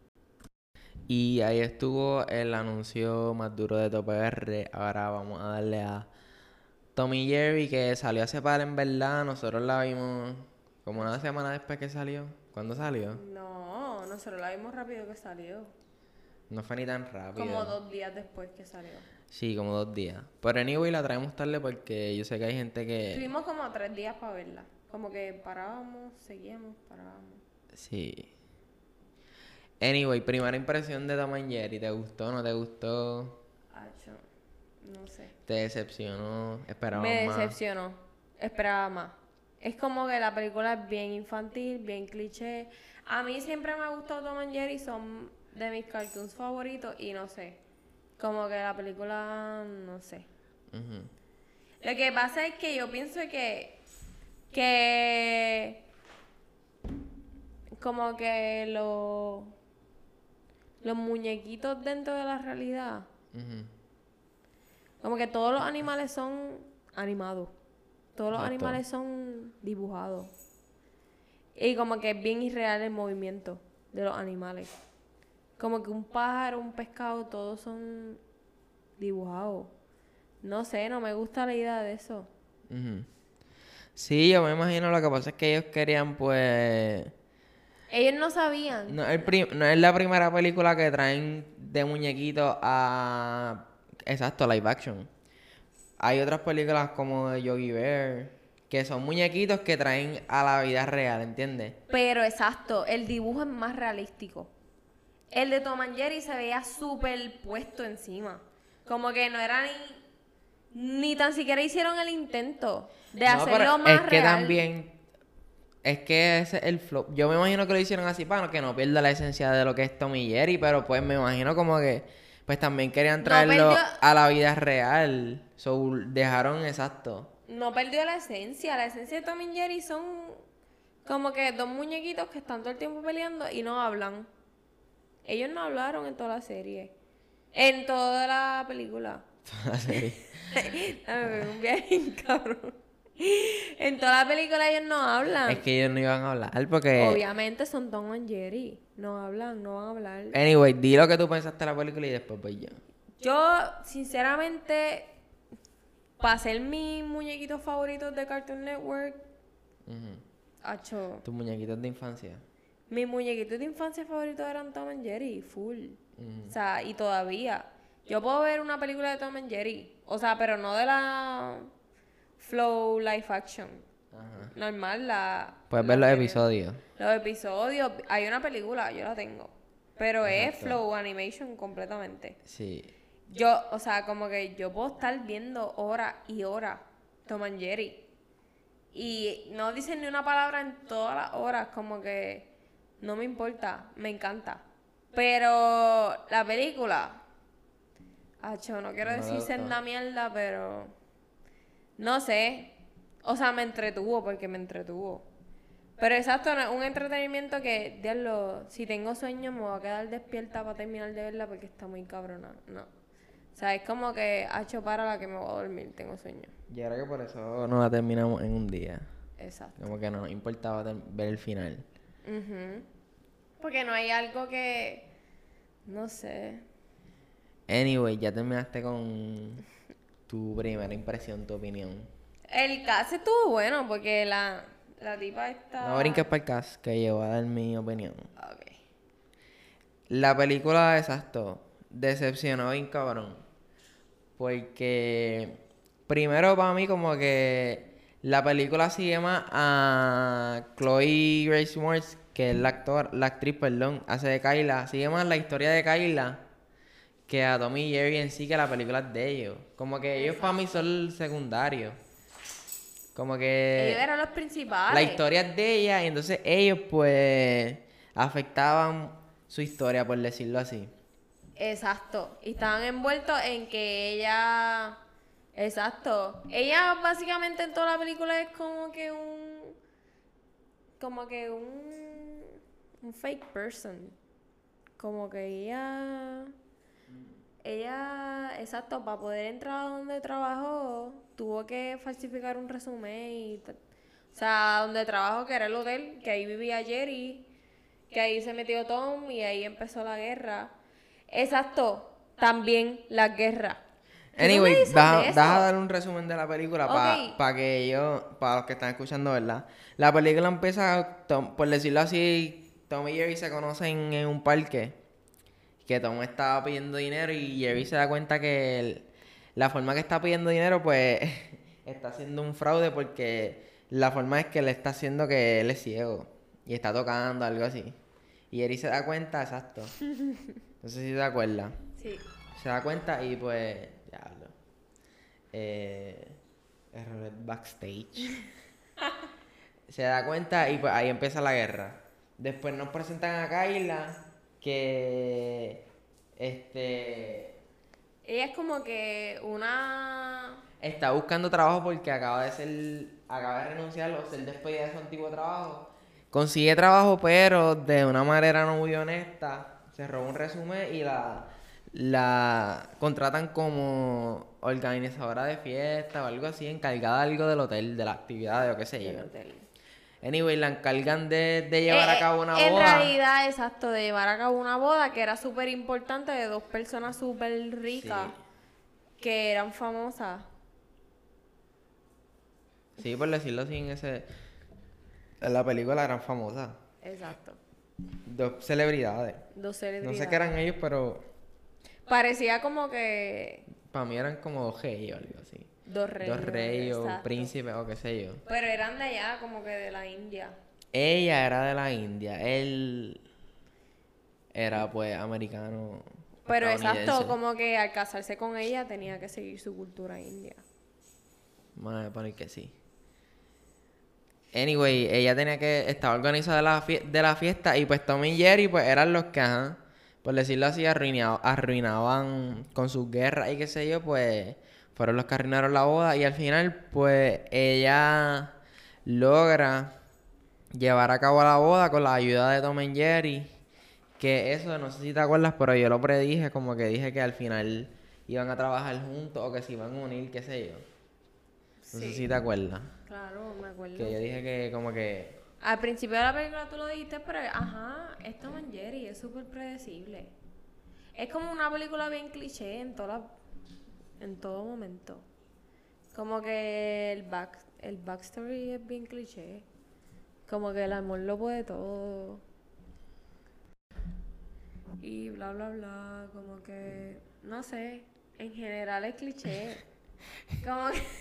Y ahí estuvo el anuncio más duro de todo PR. Ahora vamos a darle a Tom y Jerry, que salió hace par en verdad. Nosotros la vimos como una semana después que salió. ¿Cuándo salió? No, nosotros la vimos rápido que salió. No fue ni tan rápido. Como 2 días después que salió. Sí, como 2 días. Pero anyway la traemos tarde porque yo sé que hay gente que... Tuvimos como 3 días para verla. Como que parábamos, seguíamos, parábamos. Sí. Anyway, primera impresión de Tom and Jerry. ¿Te gustó? ¿No te gustó? Acho, no sé. ¿Te decepcionó? ¿Esperabas Me más? decepcionó. Esperaba más. Es como que la película es bien infantil, bien cliché. A mí siempre me ha gustado Tom and Jerry, son de mis cartoons favoritos y no sé. Como que la película, no sé. Ujú. Lo que pasa es que yo pienso que como que los muñequitos dentro de la realidad, Ujú. como que todos los animales son animados. Todos los Exacto. animales son dibujados. Y como que es bien irreal el movimiento de los animales. Como que un pájaro, un pescado, todos son dibujados. No sé, no me gusta la idea de eso. Ujú. Sí, yo me imagino lo que pasa es que ellos querían pues... Ellos no sabían. No es la primera película que traen de muñequitos a... Exacto, live action. Hay otras películas como de Yogi Bear, que son muñequitos que traen a la vida real, ¿entiendes? Pero exacto, el dibujo es más realístico. El de Tom and Jerry se veía súper puesto encima. Como que no era ni tan siquiera hicieron el intento de No, hacerlo pero más es que real. también... Es que ese es el flow. Yo me imagino que lo hicieron así para que no pierda la esencia de lo que es Tom y Jerry, pero pues me imagino como que... Pues también querían No traerlo perdió, a la vida real. So, dejaron exacto. no perdió la esencia. La esencia de Tom y Jerry son como que dos muñequitos que están todo el tiempo peleando y no hablan. Ellos no hablaron en toda la serie. En toda la película. La serie. Dame un viaje, cabrón. En toda la película ellos no hablan. Es que ellos no iban a hablar porque... Obviamente son Tom and Jerry. No hablan, no van a hablar. Anyway, di lo que tú pensaste de la película y después voy yo. Yo, sinceramente, para ser mis muñequitos favoritos de Cartoon Network, Ujú. acho, Tus muñequitos de infancia. mis muñequitos de infancia favoritos eran Tom and Jerry, full. Ujú. O sea, y todavía. Yo puedo ver una película de Tom and Jerry. O sea, pero no de la Flow Live Action. Ajá. Normal, Puedes la ver los serie. episodios. Los episodios. Hay una película, yo la tengo. Pero es Exacto. Flow Animation completamente. Sí. Yo, o sea, como que yo puedo estar viendo horas y horas Tom and Jerry. Y no dicen ni una palabra en todas las horas, como que no me importa, me encanta. Pero la película, acho, no quiero No te decir gustó. senda mierda, pero no sé. O sea, me entretuvo porque me entretuvo. Pero exacto, no es un entretenimiento que, diablo, si tengo sueño me voy a quedar despierta para terminar de verla porque está muy cabrona. No. O sea, es como que, hacho, para la que me voy a dormir, tengo sueño. Yo creo que por eso no la terminamos en un día. Exacto. Como que no nos importaba ver el final. Ujú. Porque no hay algo que, no sé. Anyway, ya terminaste con tu primera impresión, tu opinión. El cast estuvo bueno porque la tipa está... No brinques para el cast, que yo voy a dar mi opinión. Ok. La película, exacto, decepcionó bien cabrón. Porque primero para mí como que la película sigue más a Chloe Grace Moretz, que es la actriz, perdón, hace de Kyla. Sigue más la historia de Kyla que a Tommy y Jerry en sí, que la película es de ellos. Como que ellos para mí son secundarios. Como Ellos que eran los la principales. historia es de ella y entonces ellos pues afectaban su historia, por decirlo así. Exacto. Y estaban envueltos en que ella... Exacto. Ella básicamente en toda la película es como que un... Como que un fake person. Como que ella, exacto, para poder entrar a donde trabajó, tuvo que falsificar un resumen o sea, donde trabajó, que era el hotel, que ahí vivía Jerry, que ahí se metió Tom y ahí empezó la guerra. Exacto, también la guerra. ¿Tú no me Anyway, dices de vas a dar eso? un resumen de la película Ok, para que yo, para los que están escuchando, ¿verdad? La película empieza, por decirlo así, Tom y Jerry se conocen en un parque, que Tom estaba pidiendo dinero y Jerry se da cuenta que la forma que está pidiendo dinero, pues, está haciendo un fraude porque la forma es que le está haciendo que él es ciego y está tocando, algo así. Y Jerry se da cuenta, exacto. No sé si te acuerdas. sí. Se da cuenta y pues, diablo. Error backstage. Se da cuenta y pues ahí empieza la guerra. Después nos presentan a Kyla que Ella es como que una... está buscando trabajo porque acaba de renunciar o ser despedida de su antiguo trabajo. Consigue trabajo, pero de una manera no muy honesta. Se roba un resumen y la contratan como organizadora de fiesta o algo así, encargada de algo del hotel, de la actividad o qué sé yo. del hotel. Anyway, la encargan de llevar a cabo una En boda. realidad, exacto, de llevar a cabo una boda que era súper importante de dos personas súper ricas Sí. que eran famosas. Sí, por decirlo así, en la película eran famosas. Exacto. Dos celebridades. Dos No sé qué eran celebridades. ellos, pero Parecía como que para mí eran como dos reyes o algo así. dos Dos reinos, reyes o exacto. príncipes o qué sé yo. Pero eran de allá, como que de la India. Ella era de la India, él era pues americano Pero exacto, estadounidense. como que al casarse con ella tenía que seguir su cultura india. Vamos a poner que sí. Anyway, ella tenía que estar organizada de la fiesta y pues Tom y Jerry pues eran los que, ajá, por decirlo así, arruinaban con sus guerras y qué sé yo, pues fueron los que arruinaron la boda y al final pues ella logra llevar a cabo la boda con la ayuda de Tom y Jerry, que eso no sé si te acuerdas, pero yo lo predije, como que dije que al final iban a trabajar juntos o que se iban a unir, qué sé yo. No sé si Sí, te acuerdas. claro, me Que acuerdo. yo dije que como que Al principio de la película tú lo dijiste, pero ajá, es Tom and Jerry, es súper predecible. Es como una película bien cliché en todo momento. Como que el backstory es bien cliché. Como que el amor lo puede todo. Y bla bla bla. Como que. No sé. En general es cliché. Como que.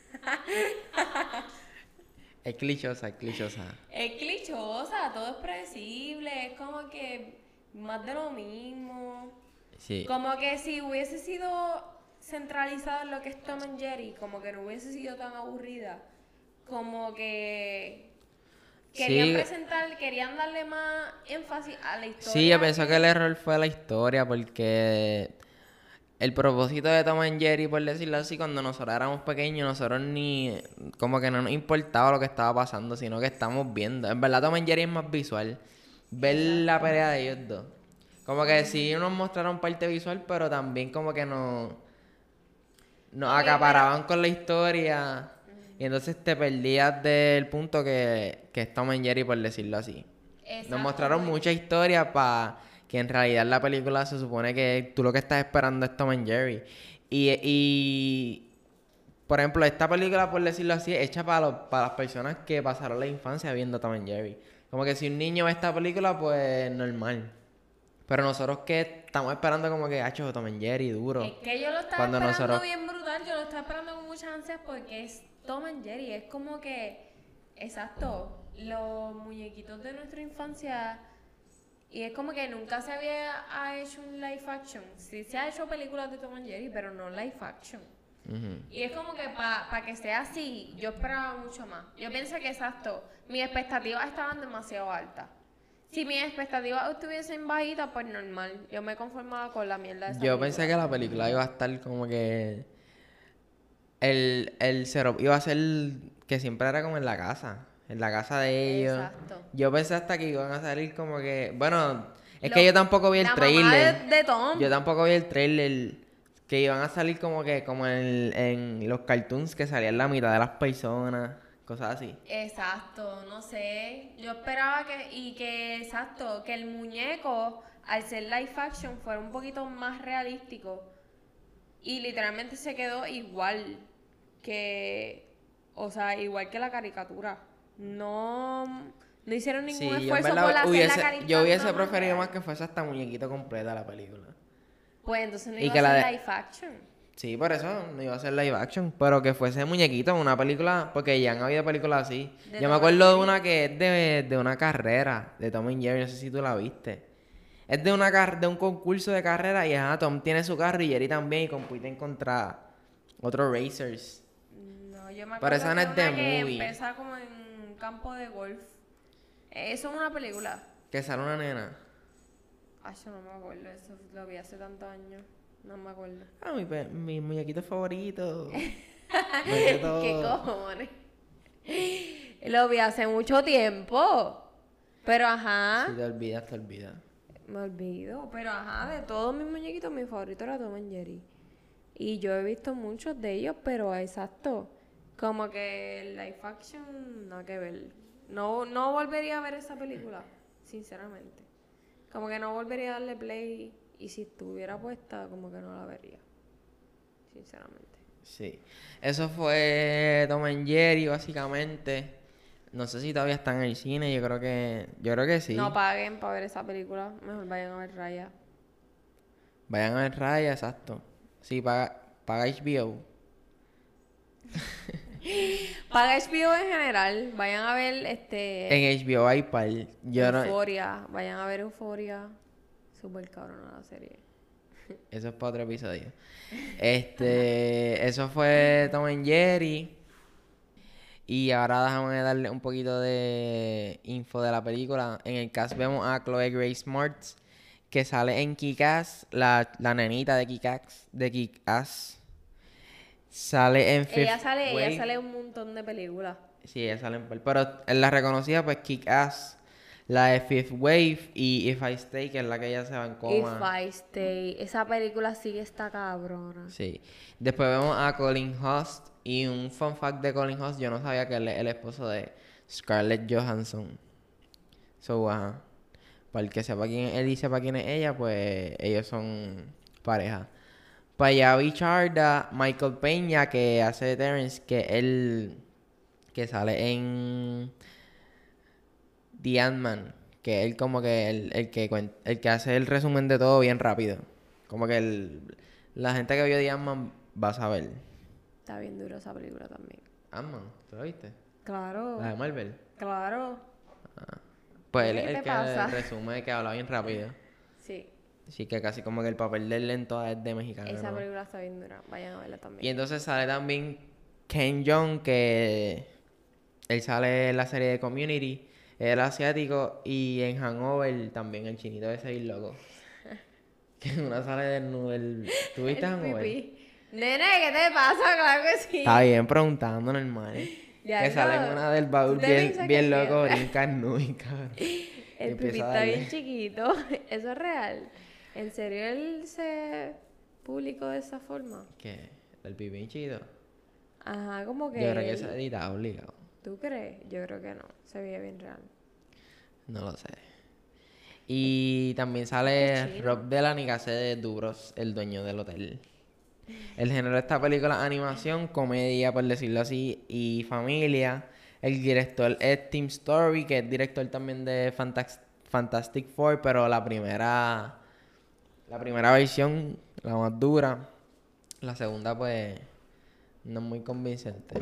es clichosa, es clichosa. Es clichosa, todo es predecible. Es como que. Más de lo mismo. Sí. Como que si hubiese sido centralizado en lo que es Tom and Jerry, como que no hubiese sido tan aburrida. Como que Sí, querían darle más énfasis a la sí, yo historia pienso que el que... error fue la historia porque el propósito de Tom and Jerry, por decirlo así, cuando nosotros éramos pequeños, nosotros ni como que no nos importaba lo que estaba pasando, sino que estamos viendo. En verdad Tom and Jerry es más visual. Ver la Exacto. pelea de ellos dos. Como que sí nos mostraron parte visual, pero también como que nos Ok, pero... acaparaban con la historia y entonces te perdías del punto que es Tom and Jerry, por decirlo así. Nos Exacto, mostraron pues. mucha historia para que en realidad la película se supone que tú lo que estás esperando es Tom and Jerry. Y por ejemplo, esta película, por decirlo así, es hecha para las personas que pasaron la infancia viendo Tom and Jerry. Como que si un niño ve esta película, pues normal. Pero nosotros que estamos esperando como que, hacho, Tom and Jerry, Es duro. que yo lo estaba Cuando esperando nosotros... bien brutal, yo lo estaba esperando con muchas ansias porque es Tom and Jerry, es como que, exacto, los muñequitos de nuestra infancia y es como que nunca se había hecho un live action. Sí se ha hecho películas de Tom and Jerry, pero no live action. Y es como que para que sea así, yo esperaba mucho más. Yo pensé que exacto, mis expectativas estaban demasiado altas. Si mis expectativas estuviesen bajitas, pues normal. Yo me conformaba con la mierda de esa Yo película. pensé que la película iba a estar como que el setup iba a ser que siempre era como en la casa de ellos. Exacto. Yo pensé hasta que iban a salir como que, bueno, es que Los- yo tampoco vi el la mamá trailer. de Tom. Yo tampoco vi el trailer que iban a salir como que como en los cartoons que salían la mitad de las personas, cosas así. Exacto, no sé. Yo esperaba exacto, que el muñeco, al ser live action, fuera un poquito más realístico. Y literalmente se quedó igual o sea, igual que la caricatura. No hicieron ningún Sí, yo en esfuerzo por verdad hacer la caricatura yo hubiese más preferido más real. que fuese hasta muñequito completa la película. Pues entonces no Y iba que a la ser de, live action. sí, por eso no iba a ser live action, pero que fuese muñequito, una película, porque ya han habido películas así. De Yo me Tom and acuerdo de Jerry. una que es de una carrera, de Tom and Jerry, no sé si tú la viste. Es de de un concurso de carrera y Tom tiene su carro y Jerry también y compiten contra otros racers. No, yo me Pero acuerdo esa no que es de una que movie, empieza como en un campo de golf. Eso es una película. que sale una nena. Ay, yo no me acuerdo, eso lo vi hace tantos años. No me acuerdo. Ah, mi muñequito favorito. Vende ¿Qué todo. cojones? Lo vi hace mucho tiempo. Pero Si ajá, te olvidas, te olvidas. me olvido. Pero ajá, de todos mis muñequitos, mi favorito era Tom and Jerry. Y yo he visto muchos de ellos, pero exacto. Como que el live action, nada que ver. No volvería a ver esa película, sinceramente. Como que no volvería a darle play. Y si estuviera puesta, como que no la vería. Sinceramente. Sí. Eso fue Tom and Jerry, básicamente. No sé si todavía están en el cine, yo creo que No sí. paguen para ver esa película. Mejor vayan a ver Raya. Vayan a ver Raya, exacto. Sí, paga HBO. Paga HBO en general. Vayan a ver En HBO hay par. Yo no, Euforia. Vayan a ver Euforia. Súper cabrona la serie. eso es para otro episodio. Eso fue Tom and Jerry. Y ahora déjame darle un poquito de info de la película. En el cast vemos a Chloe Grace Moretz, que sale en Kick-Ass, la nenita de Kick-Ass. Sale en Ella Fifth ella Wave. sale en un montón de películas. Sí, ella sale en pero en la reconocida pues Kick-Ass, la de Fifth Wave y If I Stay, que es la que ella se va en If coma. I Stay. Esa película sí que está cabrona. Sí. Después vemos a Colin Host. Y un fun fact de Colin Host, yo no sabía que él es el esposo de Scarlett Johansson. So, ajá. Para el que sepa quién él y sepa quién es ella, pues ellos son pareja. Payavi Charda, Michael Peña, que hace de Terrence, que sale en The Ant-Man, que él como que el que hace el resumen de todo bien rápido. Como que la gente que vio The Ant-Man va a saber. Está bien dura esa película también. Ant-Man, ¿tú la viste? Claro. La de Marvel. Claro. Pues él Nene, es ¿qué el te que pasa? resume, que habla bien rápido. Sí. Así que casi como que el papel de él en todas es de mexicano, Esa ¿no? película está bien dura. Vayan a verla también. Y entonces sale también Ken Jeong, que él sale en la serie de Community, es el asiático, y en Hangover también el chinito de ese loco. Que una sale desnudo. ¿Tú viste El Hangover? pipí. Nene, ¿qué te pasa? Claro que sí. Está bien preguntando, normal. Ya Que sale en no. una del ¿Tú baúl te bien, piensas que bien es loco, real? brinca nudo y cabrón. Y El pipí empieza a está darle. bien chiquito. Eso es real. ¿En serio él se publicó de esa forma? ¿Qué? ¿El pipí chido? Ajá, como que Yo creo que él- es editado, obligado. ¿Tú crees? Yo creo que no. Se veía bien real. No lo sé. Y también Es sale chino. Rob Delaney, que hace de Dubros, el dueño del hotel. El género de esta película es animación, comedia, por decirlo así, y familia. El director es Tim Story, que es director también de Fantastic Four, pero la primera versión, la más dura. La segunda, pues, no es muy convincente.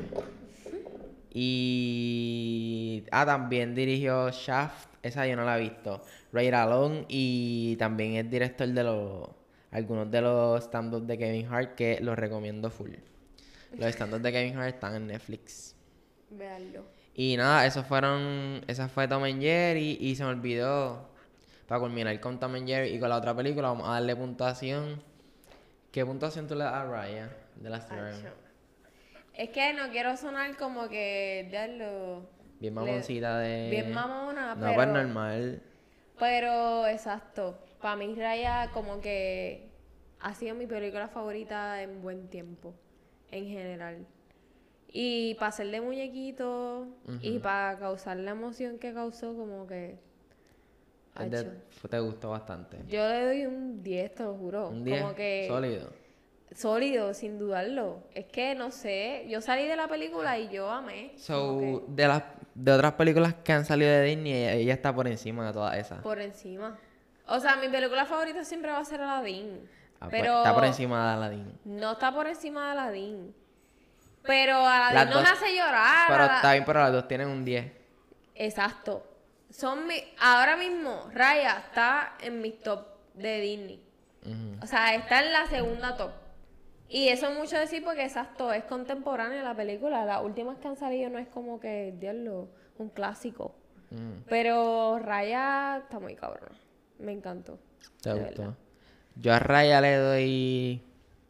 Y también dirigió Shaft, esa yo no la he visto. Right Alone, y también es director de algunos de los stand-ups de Kevin Hart, que los recomiendo full. Los stand-ups de Kevin Hart están en Netflix. Veanlo. Y nada, esa fue Tom and Jerry y se me olvidó, para culminar con Tom and Jerry y con la otra película, vamos a darle puntuación. ¿Qué puntuación tú le das a Raya de las Acho. Es que no quiero sonar como que diablo. Bien mamoncita de... Bien mamona, no, pero... pues normal. Pero, exacto. Para mí Raya como que ha sido mi película favorita en buen tiempo. En general. Y para ser de muñequito y para causar la emoción que causó, como que... Acho. Te gustó bastante. Yo le doy un 10, te lo juro. Un 10 como que... sólido. Sólido, sin dudarlo. Es que, no sé, yo salí de la película y yo amé. So, de otras películas que han salido de Disney, ella está por encima de todas esas. Por encima. O sea, mi película favorita siempre va a ser Aladdin. Pues, Pero está por encima de Aladdin. no está por encima de Aladdin. Pero Aladdin Las no dos- me hace llorar. Pero está bien, pero las dos tienen un 10. Exacto. Ahora mismo, Raya está en mi top de Disney. Ujú. O sea, está en la segunda top. Y eso es mucho decir porque, exacto, es contemporánea la película. Las últimas que han salido no es como que, diablo, un clásico. Pero Raya está muy cabrón. Me encantó. ¿Te de gustó? verdad. Yo a Raya le doy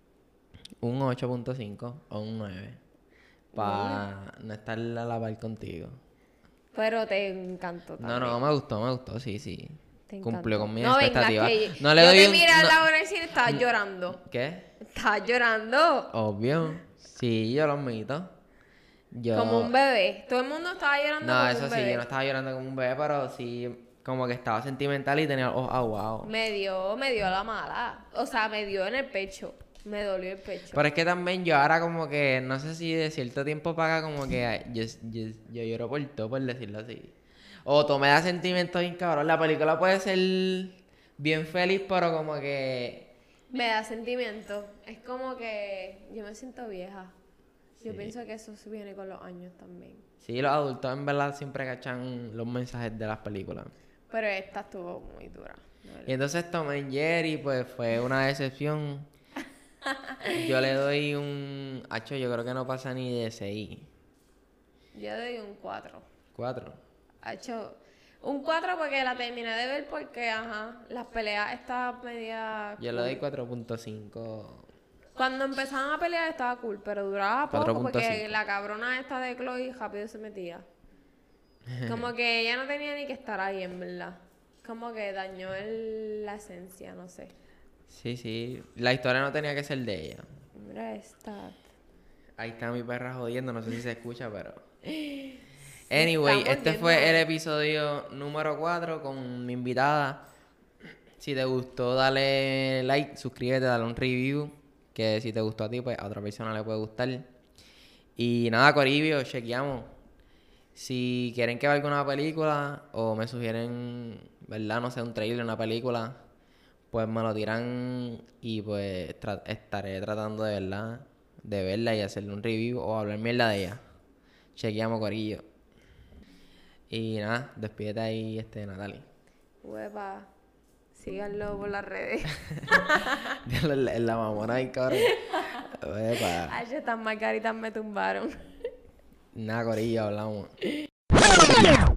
un 8.5 o un 9. Para no estar a la par contigo. Pero te encantó también. No, me gustó, sí. Te Cumplió encantó. con mis No, venga, expectativas. que No le yo doy te un... miré a no- la hora del cine y estabas llorando. ¿Qué? Estabas llorando. Obvio. Sí, yo lo admito. Como un bebé. Todo el mundo estaba llorando No, como eso un sí, bebé. yo no estaba llorando como un bebé, pero sí como que estaba sentimental y tenía los ojos aguados. Me dio la mala. O sea, me dio en el pecho. Me dolió el pecho. Pero es que también yo ahora como que, no sé si de cierto tiempo para acá como que yo lloro por todo, por decirlo así. O todo me da sentimientos bien cabrón. La película puede ser bien feliz, pero como que... Me da sentimiento. Es como que yo me siento vieja. Yo pienso que eso se viene con los años también. Sí, los adultos en verdad siempre cachan los mensajes de las películas. Pero esta estuvo muy dura. de verdad. Y entonces Tom and Jerry pues fue una decepción. Yo le doy un... Hacho, yo creo que no pasa ni de 6. Yo doy un 4. 4. Ha hecho un 4 porque la terminé de ver porque, ajá, las peleas estaban media... Yo le doy 4.5. Cuando empezaban a pelear estaba cool, pero duraba poco 4.5. porque la cabrona esta de Chloe rápido se metía. Como que ella no tenía ni que estar ahí, en verdad. Como que dañó la esencia, no sé. Sí. La historia no tenía que ser de ella. Mira esta. Ahí está mi perra jodiendo, no sé si se escucha, pero... Anyway, Estamos este fue viendo. el episodio número 4 con mi invitada. Si te gustó, dale like, suscríbete, dale un review. Que si te gustó a ti, pues a otra persona le puede gustar. Y nada, Coribio, chequeamos. Si quieren que vea alguna película o me sugieren, ¿verdad? No sé, un trailer, una película, pues me lo tiran y pues estaré tratando de verla y hacerle un review o hablar mierda de ella. Chequeamos, Corillo. Y nada, despídete ahí, Natalie. Hueva. Síganlo por las redes. La mamona ahí, cabrón. Epa. Ay, estas margaritas me tumbaron. Nada, Corillo, hablamos.